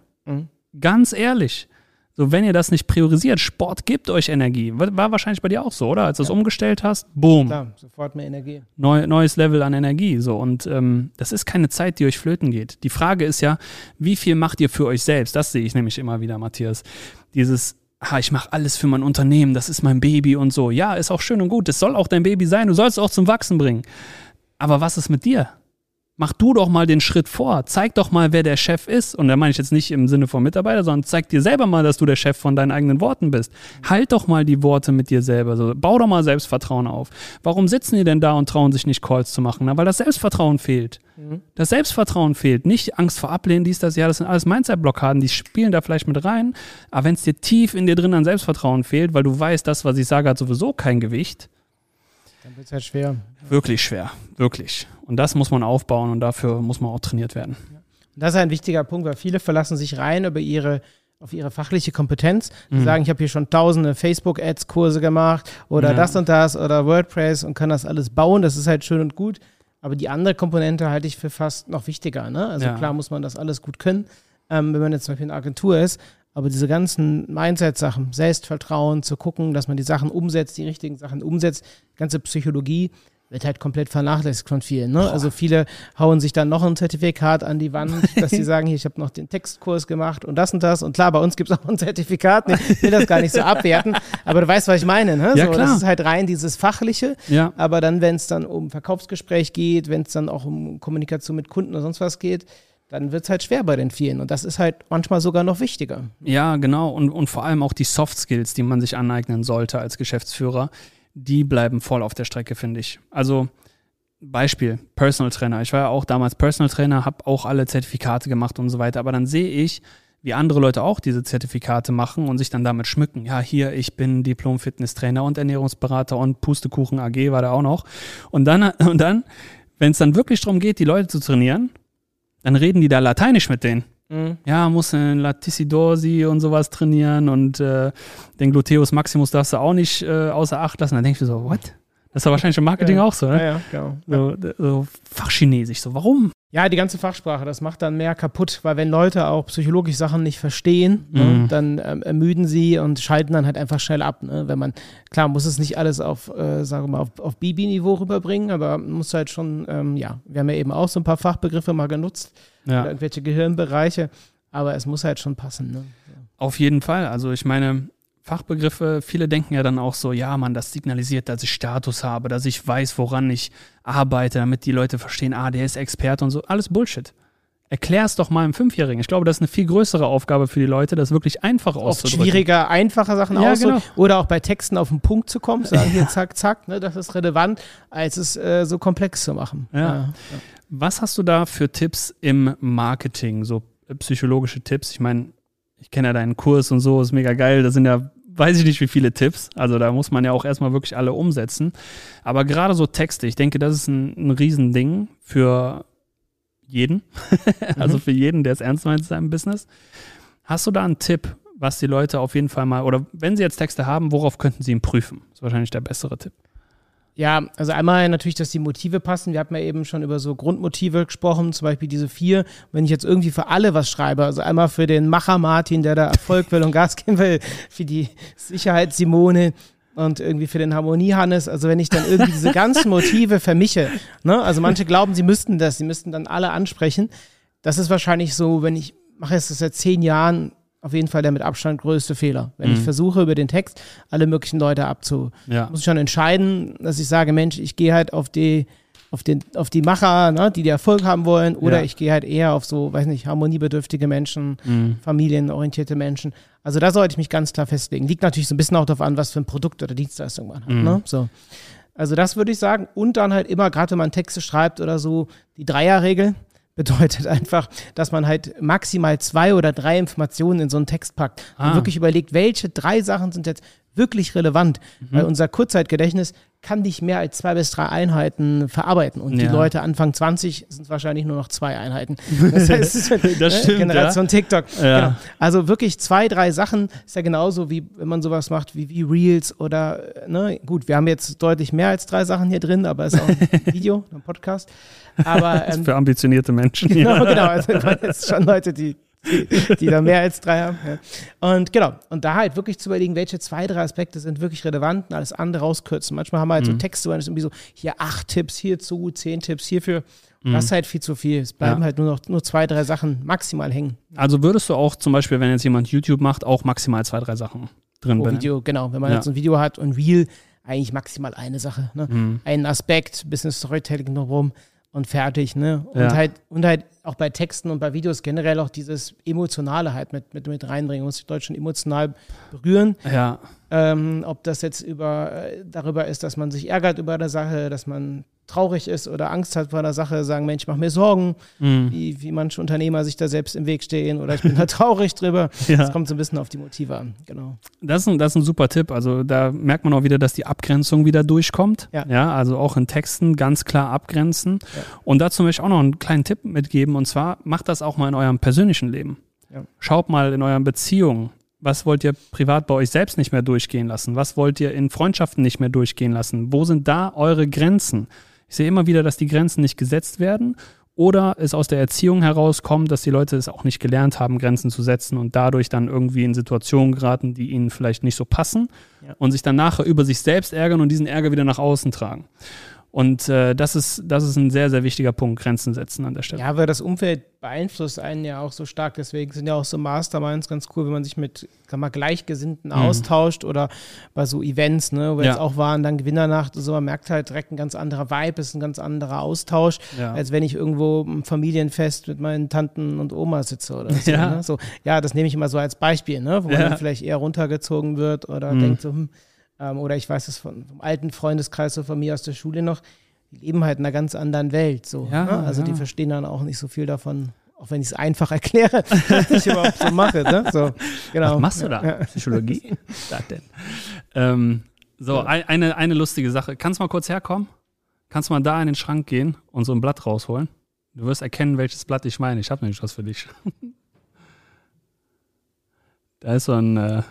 Ganz ehrlich. So, wenn ihr das nicht priorisiert, Sport gibt euch Energie. War wahrscheinlich bei dir auch so, oder? Als du es umgestellt hast, boom. Klar, sofort mehr Energie. Neues Level an Energie. So. Und das ist keine Zeit, die euch flöten geht. Die Frage ist ja, wie viel macht ihr für euch selbst? Das sehe ich nämlich immer wieder, Matthias. Dieses, ich mache alles für mein Unternehmen, das ist mein Baby und so. Ja, ist auch schön und gut. Das soll auch dein Baby sein. Du sollst es auch zum Wachsen bringen. Aber was ist mit dir? Mach du doch mal den Schritt vor. Zeig doch mal, wer der Chef ist. Und da meine ich jetzt nicht im Sinne von Mitarbeiter, sondern zeig dir selber mal, dass du der Chef von deinen eigenen Worten bist. Halt doch mal die Worte mit dir selber. So, bau doch mal Selbstvertrauen auf. Warum sitzen die denn da und trauen sich nicht Calls zu machen? Na, weil das Selbstvertrauen fehlt. Das Selbstvertrauen fehlt. Nicht Angst vor Ablehnen, das sind alles Mindset-Blockaden, die spielen da vielleicht mit rein. Aber wenn es dir tief in dir drin an Selbstvertrauen fehlt, weil du weißt, das, was ich sage, hat sowieso kein Gewicht, dann wird es halt schwer. Wirklich schwer, wirklich. Und das muss man aufbauen und dafür muss man auch trainiert werden. Und das ist ein wichtiger Punkt, weil viele verlassen sich rein auf ihre fachliche Kompetenz. Die sagen, ich habe hier schon tausende Facebook-Ads-Kurse gemacht oder das und das oder WordPress und kann das alles bauen. Das ist halt schön und gut. Aber die andere Komponente halte ich für fast noch wichtiger. Ne? Also klar muss man das alles gut können, wenn man jetzt zum Beispiel in einer Agentur ist. Aber diese ganzen Mindset-Sachen, Selbstvertrauen, zu gucken, dass man die Sachen umsetzt, die richtigen Sachen umsetzt, ganze Psychologie wird halt komplett vernachlässigt von vielen. Ne? Also viele hauen sich dann noch ein Zertifikat an die Wand, dass sie sagen, hier, ich habe noch den Textkurs gemacht und das und das. Und klar, bei uns gibt es auch ein Zertifikat. Ich will das gar nicht so abwerten. Aber du weißt, was ich meine. Ne? Ja, so, klar. das ist halt rein dieses Fachliche. Ja. Aber dann, wenn es dann um Verkaufsgespräch geht, wenn es dann auch um Kommunikation mit Kunden oder sonst was geht, dann wird es halt schwer bei den vielen. Und das ist halt manchmal sogar noch wichtiger. Ja, genau. Und vor allem auch die Soft Skills, die man sich aneignen sollte als Geschäftsführer, die bleiben voll auf der Strecke, finde ich. Also Beispiel, Personal Trainer. Ich war ja auch damals Personal Trainer, habe auch alle Zertifikate gemacht und so weiter. Aber dann sehe ich, wie andere Leute auch diese Zertifikate machen und sich dann damit schmücken. Ja, hier, ich bin Diplom-Fitness-Trainer und Ernährungsberater und Pustekuchen AG war da auch noch. Und dann wenn es dann wirklich darum geht, die Leute zu trainieren, dann reden die da Lateinisch mit denen. Ja, muss in Latissidosi und sowas trainieren und den Gluteus Maximus darfst du auch nicht außer Acht lassen. Dann denkst du so, what? Das ist doch wahrscheinlich im Marketing auch so, ne? Ja, genau. So Fachchinesisch, so warum? Ja, die ganze Fachsprache, das macht dann mehr kaputt, weil wenn Leute auch psychologisch Sachen nicht verstehen, ne, dann ermüden sie und schalten dann halt einfach schnell ab. Ne? Wenn man, klar, muss es nicht alles auf Bibi-Niveau rüberbringen, aber man muss halt schon, wir haben ja eben auch so ein paar Fachbegriffe mal genutzt, oder irgendwelche Gehirnbereiche, aber es muss halt schon passen. Ne? Ja. Auf jeden Fall, also ich meine, Fachbegriffe, viele denken ja dann auch so, ja Mann, das signalisiert, dass ich Status habe, dass ich weiß, woran ich arbeite, damit die Leute verstehen, der ist Experte und so. Alles Bullshit. Erklär es doch mal einem Fünfjährigen. Ich glaube, das ist eine viel größere Aufgabe für die Leute, das wirklich einfach auszudrücken. Oft schwieriger, einfache Sachen auszudrücken. Genau. Oder auch bei Texten auf den Punkt zu kommen, sagen hier zack, zack, ne, das ist relevant, als es so komplex zu machen. Ja. Was hast du da für Tipps im Marketing, so psychologische Tipps? Ich meine, ich kenne ja deinen Kurs und so, ist mega geil. Da sind ja, weiß ich nicht, wie viele Tipps. Also da muss man ja auch erstmal wirklich alle umsetzen. Aber gerade so Texte, ich denke, das ist ein Riesending für jeden. Also für jeden, der es ernst meint in seinem Business. Hast du da einen Tipp, was die Leute auf jeden Fall mal, oder wenn sie jetzt Texte haben, worauf könnten sie ihn prüfen? Das ist wahrscheinlich der bessere Tipp. Ja, also einmal natürlich, dass die Motive passen. Wir hatten ja eben schon über so Grundmotive gesprochen, zum Beispiel diese 4. Wenn ich jetzt irgendwie für alle was schreibe, also einmal für den Macher Martin, der da Erfolg will und Gas geben will, für die Sicherheit Simone und irgendwie für den Harmonie Hannes, also wenn ich dann irgendwie diese ganzen Motive vermische, ne? Also manche glauben, sie müssten dann alle ansprechen. Das ist wahrscheinlich so, wenn ich mache jetzt das seit 10 Jahren, auf jeden Fall der mit Abstand größte Fehler. Wenn ich versuche, über den Text alle möglichen Leute muss ich schon entscheiden, dass ich sage, Mensch, ich gehe halt auf die Macher, ne, die Erfolg haben wollen, oder ich gehe halt eher auf so, weiß nicht, harmoniebedürftige Menschen, familienorientierte Menschen. Also da sollte ich mich ganz klar festlegen. Liegt natürlich so ein bisschen auch darauf an, was für ein Produkt oder Dienstleistung man hat. Ne? So. Also das würde ich sagen. Und dann halt immer, gerade wenn man Texte schreibt oder so, die 3er-Regel. Bedeutet einfach, dass man halt maximal 2 oder 3 Informationen in so einen Text packt und wirklich überlegt, welche 3 Sachen sind jetzt wirklich relevant, weil unser Kurzzeitgedächtnis kann nicht mehr als 2 bis 3 Einheiten verarbeiten und die Leute Anfang 20 sind wahrscheinlich nur noch 2 Einheiten. Das heißt, das stimmt, Generation TikTok. Ja. Genau. Also wirklich 2, 3 Sachen ist ja genauso wie wenn man sowas macht wie Reels oder, gut, wir haben jetzt deutlich mehr als 3 Sachen hier drin, aber es ist auch ein Video, ein Podcast. Aber, für ambitionierte Menschen. Genau. Also jetzt schon Leute, die da mehr als 3 haben. Ja. Und genau, und da halt wirklich zu überlegen, welche 2, 3 Aspekte sind wirklich relevant und alles andere rauskürzen. Manchmal haben wir halt so Texte, wo es irgendwie so, hier 8 Tipps hierzu, 10 Tipps hierfür. Das ist halt viel zu viel. Es bleiben halt nur 2, 3 Sachen maximal hängen. Also würdest du auch zum Beispiel, wenn jetzt jemand YouTube macht, auch maximal 2, 3 Sachen drin benennen? Video, genau. Wenn man jetzt ein Video hat und Reel, eigentlich maximal eine Sache. Ne? Einen Aspekt, bisschen Storytelling drumherum. Und fertig, ne? Und halt auch bei Texten und bei Videos generell auch dieses Emotionale halt mit reinbringen. Muss die Leute schon emotional berühren. Ja. Ob das jetzt darüber ist, dass man sich ärgert über eine Sache, dass man traurig ist oder Angst hat vor einer Sache, sagen, Mensch, mach mir Sorgen, wie manche Unternehmer sich da selbst im Weg stehen oder ich bin da traurig drüber. Das kommt so ein bisschen auf die Motive an, genau. Das ist ein super Tipp, also da merkt man auch wieder, dass die Abgrenzung wieder durchkommt, also auch in Texten ganz klar abgrenzen und dazu möchte ich auch noch einen kleinen Tipp mitgeben und zwar, macht das auch mal in eurem persönlichen Leben. Schaut mal in euren Beziehungen. Was wollt ihr privat bei euch selbst nicht mehr durchgehen lassen? Was wollt ihr in Freundschaften nicht mehr durchgehen lassen? Wo sind da eure Grenzen? Ich sehe immer wieder, dass die Grenzen nicht gesetzt werden oder es aus der Erziehung herauskommt, dass die Leute es auch nicht gelernt haben, Grenzen zu setzen und dadurch dann irgendwie in Situationen geraten, die ihnen vielleicht nicht so passen und sich dann nachher über sich selbst ärgern und diesen Ärger wieder nach außen tragen. Und das ist ein sehr, sehr wichtiger Punkt, Grenzen setzen an der Stelle. Ja, weil das Umfeld beeinflusst einen ja auch so stark. Deswegen sind ja auch so Masterminds ganz cool, wenn man sich mit Gleichgesinnten austauscht oder bei so Events, ne, wo wir jetzt auch waren, dann Gewinnernacht und so. Man merkt halt direkt ein ganz anderer Vibe, ist ein ganz anderer Austausch, als wenn ich irgendwo im Familienfest mit meinen Tanten und Oma sitze oder so. Ne? So, das nehme ich immer so als Beispiel, ne, wo man dann vielleicht eher runtergezogen wird oder denkt so, oder ich weiß es vom alten Freundeskreis so von mir aus der Schule noch, die leben halt in einer ganz anderen Welt. So, ne? Also die verstehen dann auch nicht so viel davon, auch wenn ich es einfach erkläre, was ich überhaupt so mache. Ne? So, genau. Was machst du da? Psychologie? Was denn? Eine lustige Sache. Kannst du mal kurz herkommen? Kannst du mal da in den Schrank gehen und so ein Blatt rausholen? Du wirst erkennen, welches Blatt ich meine. Ich habe nämlich was für dich. Da ist so ein...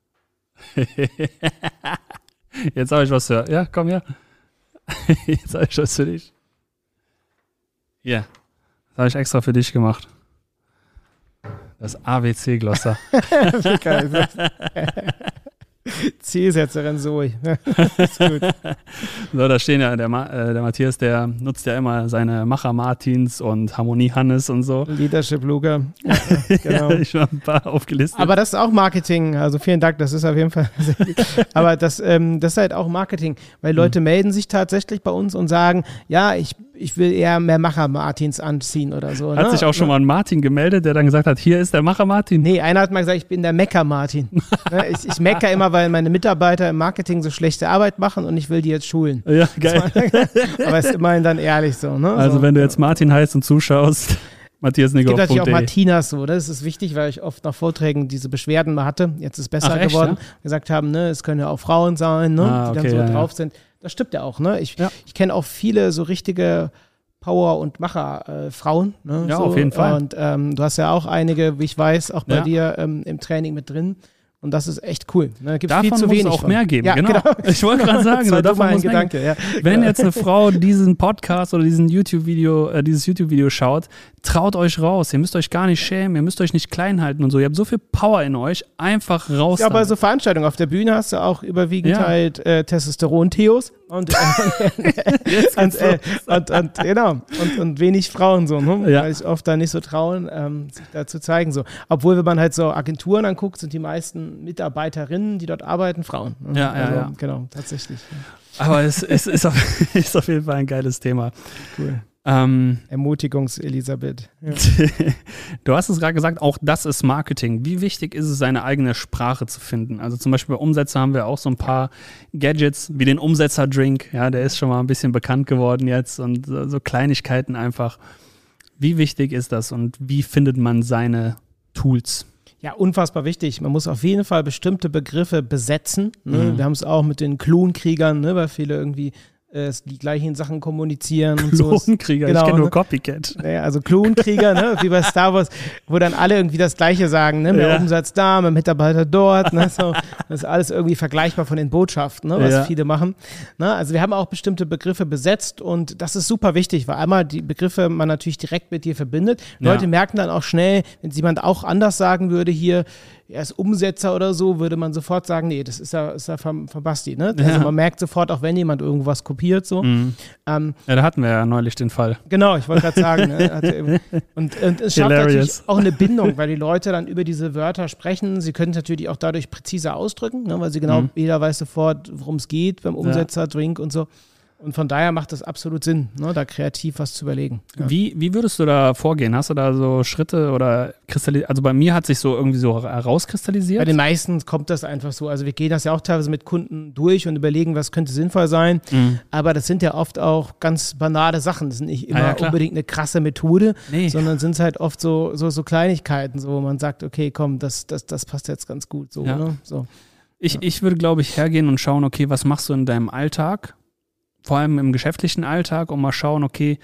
Jetzt habe ich was für... Ja, komm her. Jetzt habe ich was für dich. Hier. Das habe ich extra für dich gemacht. Das ABC-Glosser. Wie geil ist das? Zielsetzerin Zoe. Ist gut. So, da stehen ja, der Matthias, der nutzt ja immer seine Macher-Martins und Harmonie-Hannes und so. Leadership Luca. Genau. Ich habe ein paar aufgelistet. Aber das ist auch Marketing, also vielen Dank, das ist auf jeden Fall sehr gut. Aber das ist halt auch Marketing, weil Leute melden sich tatsächlich bei uns und sagen, ja, ich will eher mehr Macher-Martins anziehen oder so. Hat sich auch schon mal ein Martin gemeldet, der dann gesagt hat, hier ist der Macher-Martin? Nee, einer hat mal gesagt, ich bin der Mecker-Martin. Ich mecker immer, weil meine Mitarbeiter im Marketing so schlechte Arbeit machen und ich will die jetzt schulen. Ja, geil. Aber ist immerhin dann ehrlich so. Ne? Also so, wenn du jetzt Martin heißt und zuschaust, matthiasnickhoff.de. Es gibt natürlich auch Martinas so, das ist wichtig, weil ich oft nach Vorträgen diese Beschwerden mal hatte. Jetzt ist es besser geworden. Ja? Gesagt haben, ne, es können ja auch Frauen sein, ne, die dann so drauf sind. Das stimmt ja auch. Ne? Ich kenne auch viele so richtige Power- und Macher-Frauen. Ne? Ja, so. auf jeden Fall. Und du hast ja auch einige, wie ich weiß, auch bei dir im Training mit drin. Und das ist echt cool. Ne? Gibt's davon viel zu muss wenig es auch von. mehr geben. Ja, genau. Ich wollte gerade sagen, das davon muss Gedanke, mehr geben. Wenn jetzt eine Frau diesen Podcast oder dieses YouTube-Video schaut, traut euch raus. Ihr müsst euch gar nicht schämen, ihr müsst euch nicht klein halten und so. Ihr habt so viel Power in euch, einfach raus. Ja, bei so Veranstaltungen auf der Bühne hast du auch überwiegend halt Testosteron-Theos und wenig Frauen so, ne? Weil sich oft da nicht so trauen, sich da zu zeigen. So. Obwohl, wenn man halt so Agenturen anguckt, sind die meisten Mitarbeiterinnen, die dort arbeiten, Frauen. Ne? Ja. Genau, tatsächlich. Aber es ist auf jeden Fall ein geiles Thema. Cool. Ermutigungs-Elisabeth. Ja. Du hast es gerade gesagt, auch das ist Marketing. Wie wichtig ist es, seine eigene Sprache zu finden? Also zum Beispiel bei Umsetzer haben wir auch so ein paar Gadgets, wie den Umsetzer-Drink. Ja, der ist schon mal ein bisschen bekannt geworden jetzt und so Kleinigkeiten einfach. Wie wichtig ist das und wie findet man seine Tools? Ja, unfassbar wichtig. Man muss auf jeden Fall bestimmte Begriffe besetzen. Ne? Wir haben es auch mit den Klonkriegern, ne? Weil viele irgendwie die gleichen Sachen kommunizieren und so. Klonkrieger, genau, ich kenne nur ne? Copycat. Naja, also Klonkrieger, ne? Wie bei Star Wars, wo dann alle irgendwie das Gleiche sagen, ne? Mehr Umsatz da, mehr Mitarbeiter dort, ne? So, das ist alles irgendwie vergleichbar von den Botschaften, ne? Was viele machen. Ne? Also wir haben auch bestimmte Begriffe besetzt und das ist super wichtig, weil einmal die Begriffe man natürlich direkt mit dir verbindet. Leute merken dann auch schnell, wenn es jemand auch anders sagen würde hier, er ist Umsetzer oder so, würde man sofort sagen, nee, das ist ja von Basti, ne? Also man merkt sofort, auch wenn jemand irgendwas kopiert, so. Ja, da hatten wir ja neulich den Fall. Genau, ich wollte gerade sagen. Ne? Und es schafft natürlich auch eine Bindung, weil die Leute dann über diese Wörter sprechen. Sie können es natürlich auch dadurch präziser ausdrücken, ne? Weil sie genau, jeder weiß sofort, worum es geht beim Umsetzer, Drink und so. Und von daher macht es absolut Sinn, ne, da kreativ was zu überlegen. Ja. Wie würdest du da vorgehen? Hast du da so Schritte oder also bei mir hat sich so irgendwie so herauskristallisiert? Bei den meisten kommt das einfach so. Also wir gehen das ja auch teilweise mit Kunden durch und überlegen, was könnte sinnvoll sein. Aber das sind ja oft auch ganz banale Sachen. Das sind nicht immer unbedingt eine krasse Methode, sondern sind es halt oft so Kleinigkeiten, so, wo man sagt, okay, komm, das passt jetzt ganz gut. So, ne? So. Ich würde, glaube ich, hergehen und schauen, okay, was machst du in deinem Alltag? Vor allem im geschäftlichen Alltag, und mal schauen, okay,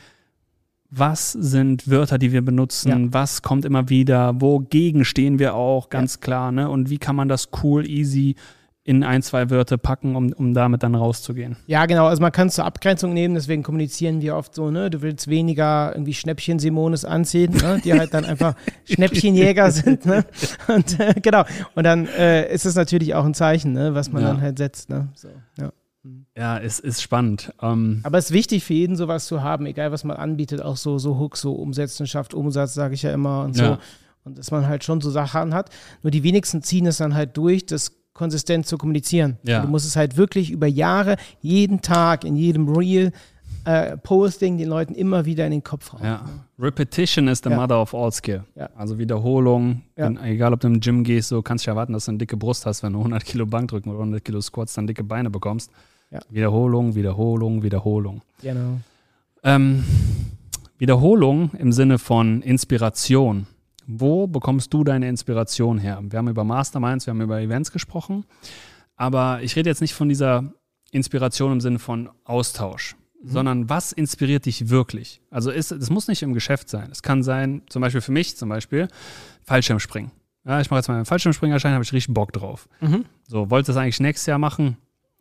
was sind Wörter, die wir benutzen, was kommt immer wieder, wogegen stehen wir auch, ganz klar, ne? Und wie kann man das cool, easy in 1, 2 Wörter packen, um damit dann rauszugehen. Ja, genau, also man kann es zur Abgrenzung nehmen, deswegen kommunizieren wir oft so, ne, du willst weniger irgendwie Schnäppchen-Simones anziehen, ne, die halt dann einfach Schnäppchenjäger sind, ne, und genau, und dann ist es natürlich auch ein Zeichen, ne, was man dann halt setzt, ne, so, ja. Ja, es ist spannend. Aber es ist wichtig für jeden, sowas zu haben, egal was man anbietet, auch so Hooks, so Umsetzen schafft Umsatz, sage ich ja immer und so. Ja. Und dass man halt schon so Sachen hat. Nur die wenigsten ziehen es dann halt durch, das konsistent zu kommunizieren. Ja. Du musst es halt wirklich über Jahre, jeden Tag, in jedem Reel, Posting den Leuten immer wieder in den Kopf hauen. Ja. Repetition is the mother of all skill. Ja. Also Wiederholung, egal ob du im Gym gehst, so kannst du erwarten, dass du eine dicke Brust hast, wenn du 100 Kilo Bankdrücken oder 100 Kilo Squats dann dicke Beine bekommst. Ja. Wiederholung, Wiederholung, Wiederholung. Genau. Wiederholung im Sinne von Inspiration. Wo bekommst du deine Inspiration her? Wir haben über Masterminds, wir haben über Events gesprochen, aber ich rede jetzt nicht von dieser Inspiration im Sinne von Austausch, sondern was inspiriert dich wirklich? Also es muss nicht im Geschäft sein. Es kann sein, zum Beispiel für mich, Fallschirmspringen. Ja, ich mache jetzt mal einen Fallschirmspringerschein, habe ich richtig Bock drauf. So, wollte das eigentlich nächstes Jahr machen,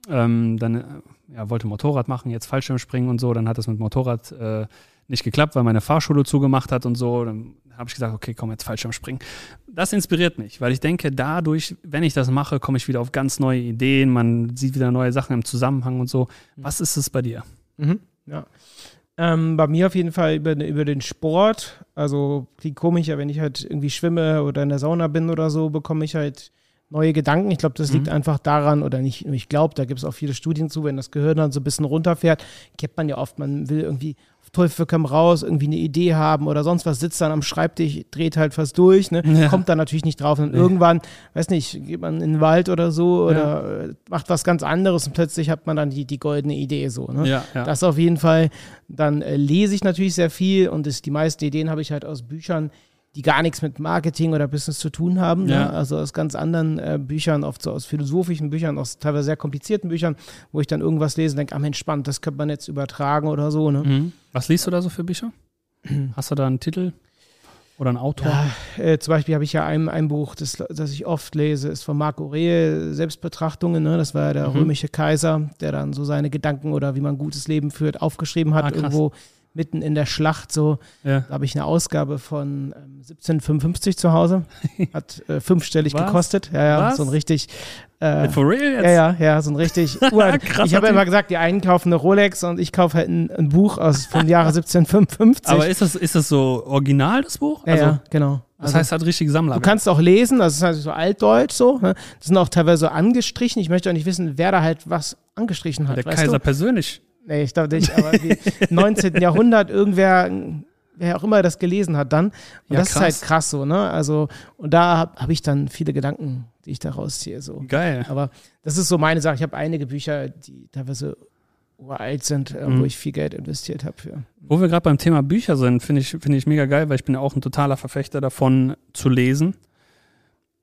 dann wollte Motorrad machen, jetzt Fallschirmspringen und so, dann hat das mit Motorrad nicht geklappt, weil meine Fahrschule zugemacht hat und so. Dann habe ich gesagt, okay, komm, jetzt Fallschirmspringen. Das inspiriert mich, weil ich denke, dadurch, wenn ich das mache, komme ich wieder auf ganz neue Ideen, man sieht wieder neue Sachen im Zusammenhang und so. Was ist es bei dir? Ja. Bei mir auf jeden Fall über den Sport. Also klingt komisch, ja, wenn ich halt irgendwie schwimme oder in der Sauna bin oder so, bekomme ich halt neue Gedanken. Ich glaube, das liegt einfach daran, oder nicht, ich glaube, da gibt es auch viele Studien zu, wenn das Gehirn dann so ein bisschen runterfährt, kennt man ja oft, man will irgendwie auf Teufel komm raus, irgendwie eine Idee haben oder sonst was, sitzt dann am Schreibtisch, dreht halt fast durch, ne? Kommt dann natürlich nicht drauf. Und irgendwann, weiß nicht, geht man in den Wald oder so oder macht was ganz anderes und plötzlich hat man dann die goldene Idee so. Ne? Das auf jeden Fall. Dann lese ich natürlich sehr viel und die meisten Ideen habe ich halt aus Büchern, die gar nichts mit Marketing oder Business zu tun haben. Ja. Ne? Also aus ganz anderen Büchern, oft so aus philosophischen Büchern, aus teilweise sehr komplizierten Büchern, wo ich dann irgendwas lese und denke, Mensch, spannend, das könnte man jetzt übertragen oder so. Ne? Was liest du da so für Bücher? Hast du da einen Titel oder einen Autor? Ja, zum Beispiel habe ich ja ein Buch, das ich oft lese, ist von Marc Aurel, Selbstbetrachtungen. Ne? Das war ja der römische Kaiser, der dann so seine Gedanken oder wie man ein gutes Leben führt, aufgeschrieben hat, irgendwo mitten in der Schlacht so. Da habe ich eine Ausgabe von 1755 zu Hause. Hat 5-stellig gekostet. Ja, so ein richtig for real jetzt? Ja, so ein richtig uralt. Ich habe immer gesagt, die einen kaufen eine Rolex und ich kaufe halt ein Buch vom Jahre 1755. Aber ist das so original, das Buch? Ja, genau. Das heißt, hat richtig Sammler. Du kannst auch lesen, das ist halt so altdeutsch so. Ne? Das sind auch teilweise so angestrichen. Ich möchte auch nicht wissen, wer da halt was angestrichen hat. Der Kaiser persönlich. Nee, ich glaube nicht, aber im 19. Jahrhundert wer auch immer das gelesen hat dann. Und das ist halt krass so, ne? Also, und da habe ich dann viele Gedanken, die ich da rausziehe. So. Geil. Aber das ist so meine Sache. Ich habe einige Bücher, die teilweise uralt sind, wo ich viel Geld investiert habe für. Wo wir gerade beim Thema Bücher sind, finde ich mega geil, weil ich bin ja auch ein totaler Verfechter davon, zu lesen.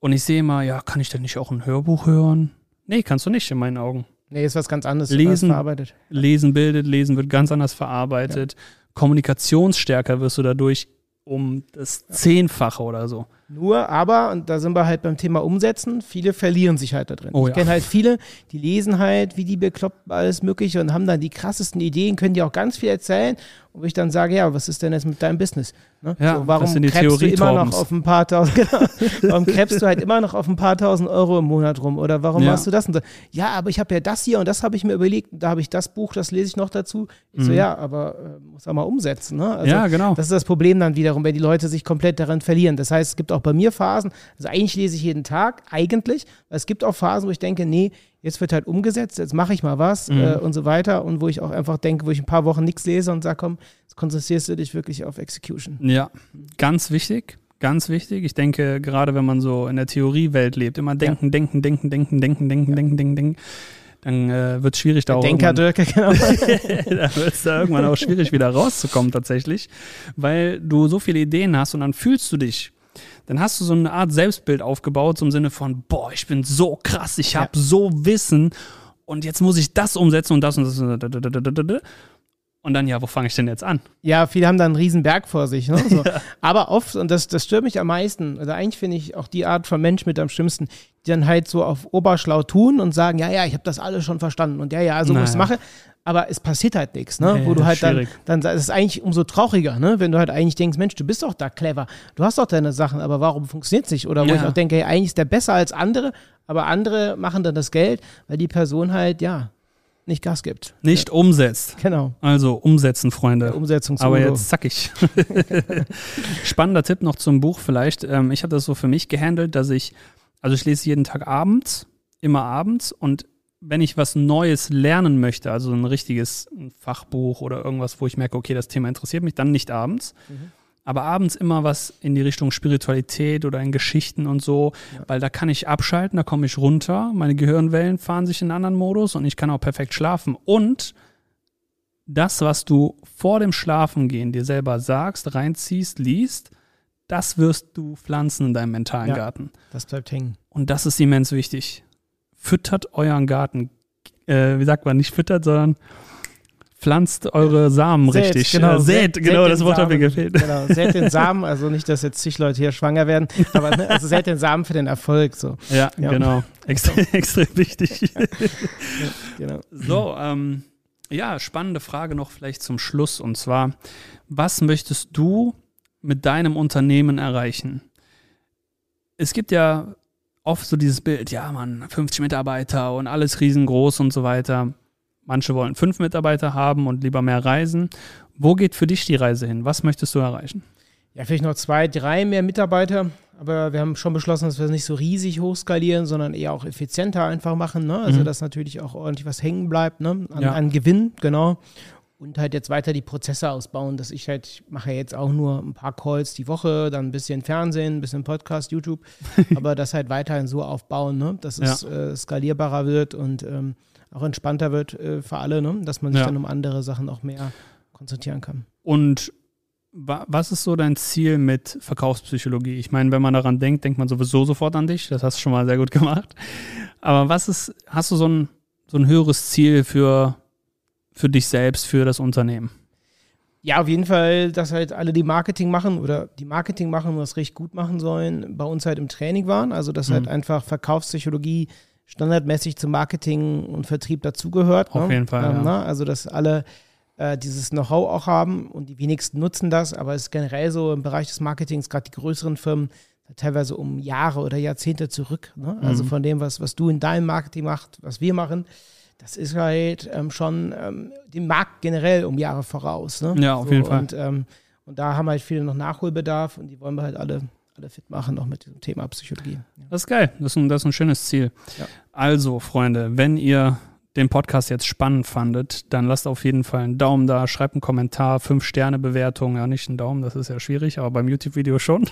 Und ich sehe immer, ja, kann ich denn nicht auch ein Hörbuch hören? Nee, kannst du nicht in meinen Augen. Nee, ist was ganz anderes. Verarbeitet. Lesen bildet, Lesen wird ganz anders verarbeitet. Ja. Kommunikationsstärker wirst du dadurch um das 10-fache oder so. Nur, aber, und da sind wir halt beim Thema Umsetzen, viele verlieren sich halt da drin. Ich kenne halt viele, die lesen halt, wie die bekloppt alles Mögliche und haben dann die krassesten Ideen, können dir auch ganz viel erzählen. Und wo ich dann sage, ja, was ist denn jetzt mit deinem Business? Ne? Ja, so, warum krebst du immer noch auf ein paar tausend, genau, warum krebst du halt immer noch auf ein paar tausend Euro im Monat rum? Oder warum machst du das? Und so, ja, aber ich habe ja das hier und das habe ich mir überlegt, da habe ich das Buch, das lese ich noch dazu. Ich so, ja, aber muss auch mal umsetzen. Ne? Also, ja, genau. Das ist das Problem dann wiederum, wenn die Leute sich komplett daran verlieren. Das heißt, es gibt auch bei mir Phasen, also eigentlich lese ich jeden Tag, eigentlich, aber es gibt auch Phasen, wo ich denke, nee, jetzt wird halt umgesetzt, jetzt mache ich mal was und so weiter und wo ich auch einfach denke, wo ich ein paar Wochen nichts lese und sage, komm, jetzt konzentrierst du dich wirklich auf Execution. Ja, ganz wichtig. Ganz wichtig. Ich denke, gerade wenn man so in der Theoriewelt lebt, immer denken, denken, dann wird es schwierig, da auch Denker-Dürke, genau. Da wird es da irgendwann auch schwierig, wieder rauszukommen tatsächlich, weil du so viele Ideen hast und dann fühlst du dich. Dann hast du so eine Art Selbstbild aufgebaut, so im Sinne von, boah, ich bin so krass, ich habe so Wissen und jetzt muss ich das umsetzen und das und das. Und dann, ja, wo fange ich denn jetzt an? Ja, viele haben da einen riesen Berg vor sich. Ne? So. Aber oft, und das stört mich am meisten, also eigentlich finde ich auch die Art von Mensch mit am schlimmsten, die dann halt so auf Oberschlau tun und sagen, ja, ich habe das alles schon verstanden und ja, so muss ich es machen. Aber es passiert halt nichts, ne? Wo du halt dann, das ist eigentlich umso trauriger, ne? Wenn du halt eigentlich denkst, Mensch, du bist doch da clever, du hast doch deine Sachen, aber warum funktioniert es nicht? Oder wo ich auch denke, hey, eigentlich ist der besser als andere, aber andere machen dann das Geld, weil die Person halt, nicht Gas gibt. Nicht umsetzt. Genau. Also umsetzen, Freunde. Aber jetzt zackig. Spannender Tipp noch zum Buch vielleicht. Ich habe das so für mich gehandelt, dass ich lese jeden Tag abends, immer abends und wenn ich was Neues lernen möchte, also ein richtiges Fachbuch oder irgendwas, wo ich merke, okay, das Thema interessiert mich, dann nicht abends. Aber abends immer was in die Richtung Spiritualität oder in Geschichten und so, weil da kann ich abschalten, da komme ich runter, meine Gehirnwellen fahren sich in einen anderen Modus und ich kann auch perfekt schlafen. Und das, was du vor dem Schlafengehen dir selber sagst, reinziehst, liest, das wirst du pflanzen in deinem mentalen Garten. Das bleibt hängen. Und das ist immens wichtig. Füttert euren Garten. Wie sagt man, nicht füttert, sondern pflanzt eure Samen richtig. Genau, sät, genau, das Wort hat mir gefehlt. Genau, sät den Samen, also nicht, dass jetzt zig Leute hier schwanger werden, aber also sät den Samen für den Erfolg. So. Ja, genau. Extrem wichtig. Genau. So, spannende Frage noch vielleicht zum Schluss und zwar, was möchtest du mit deinem Unternehmen erreichen? Es gibt ja oft so dieses Bild, 50 Mitarbeiter und alles riesengroß und so weiter. Manche wollen 5 Mitarbeiter haben und lieber mehr reisen. Wo geht für dich die Reise hin? Was möchtest du erreichen? Ja, vielleicht noch 2, 3 mehr Mitarbeiter. Aber wir haben schon beschlossen, dass wir es nicht so riesig hochskalieren, sondern eher auch effizienter einfach machen. Ne? Also, dass natürlich auch ordentlich was hängen bleibt, ne? An Gewinn, genau. Und halt jetzt weiter die Prozesse ausbauen, dass ich mache jetzt auch nur ein paar Calls die Woche, dann ein bisschen Fernsehen, ein bisschen Podcast, YouTube, aber das halt weiterhin so aufbauen, ne? Dass es skalierbarer wird und auch entspannter wird für alle, ne? Dass man sich dann um andere Sachen auch mehr konzentrieren kann. Und was ist so dein Ziel mit Verkaufspsychologie? Ich meine, wenn man daran denkt, denkt man sowieso sofort an dich, das hast du schon mal sehr gut gemacht, aber hast du so ein höheres Ziel für dich selbst, für das Unternehmen? Ja, auf jeden Fall, dass halt alle, die Marketing machen und das recht gut machen sollen, bei uns halt im Training waren. Also, dass halt einfach Verkaufspsychologie standardmäßig zum Marketing und Vertrieb dazugehört. Auf jeden Fall, Also, dass alle dieses Know-how auch haben und die wenigsten nutzen das, aber es ist generell so im Bereich des Marketings, gerade die größeren Firmen, teilweise um Jahre oder Jahrzehnte zurück. Ne? Also von dem, was du in deinem Marketing machst, was wir machen, das ist halt schon dem Markt generell um Jahre voraus. Ne? Ja, auf jeden Fall. Und da haben halt viele noch Nachholbedarf und die wollen wir halt alle fit machen, noch mit diesem Thema Psychologie. Ja. Das ist geil. Das ist ein schönes Ziel. Ja. Also, Freunde, wenn ihr den Podcast jetzt spannend fandet, dann lasst auf jeden Fall einen Daumen da, schreibt einen Kommentar, 5-Sterne-Bewertung, ja nicht einen Daumen, das ist ja schwierig, aber beim YouTube-Video schon.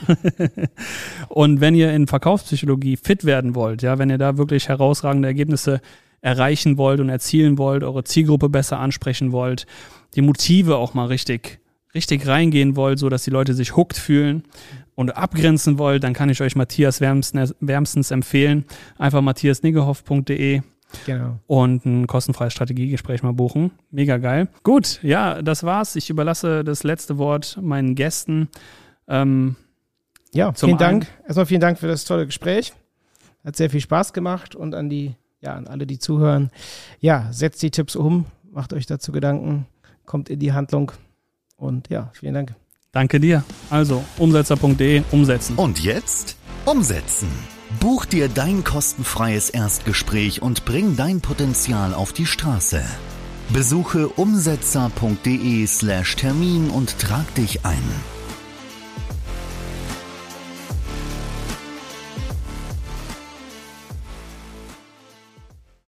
Und wenn ihr in Verkaufspsychologie fit werden wollt, wenn ihr da wirklich herausragende Ergebnisse erreichen wollt und erzielen wollt, eure Zielgruppe besser ansprechen wollt, die Motive auch mal richtig richtig reingehen wollt, so dass die Leute sich hooked fühlen und abgrenzen wollt, dann kann ich euch Matthias wärmstens empfehlen. Einfach matthiasniggehoff.de Genau. Und ein kostenfreies Strategiegespräch mal buchen. Mega geil. Gut, ja, das war's. Ich überlasse das letzte Wort meinen Gästen. Vielen Dank. Erstmal vielen Dank für das tolle Gespräch. Hat sehr viel Spaß gemacht und an alle, die zuhören. Ja, setzt die Tipps um, macht euch dazu Gedanken, kommt in die Handlung und vielen Dank. Danke dir. Also, umsetzer.de, umsetzen. Und jetzt umsetzen. Buch dir dein kostenfreies Erstgespräch und bring dein Potenzial auf die Straße. Besuche umsetzer.de/Termin und trag dich ein.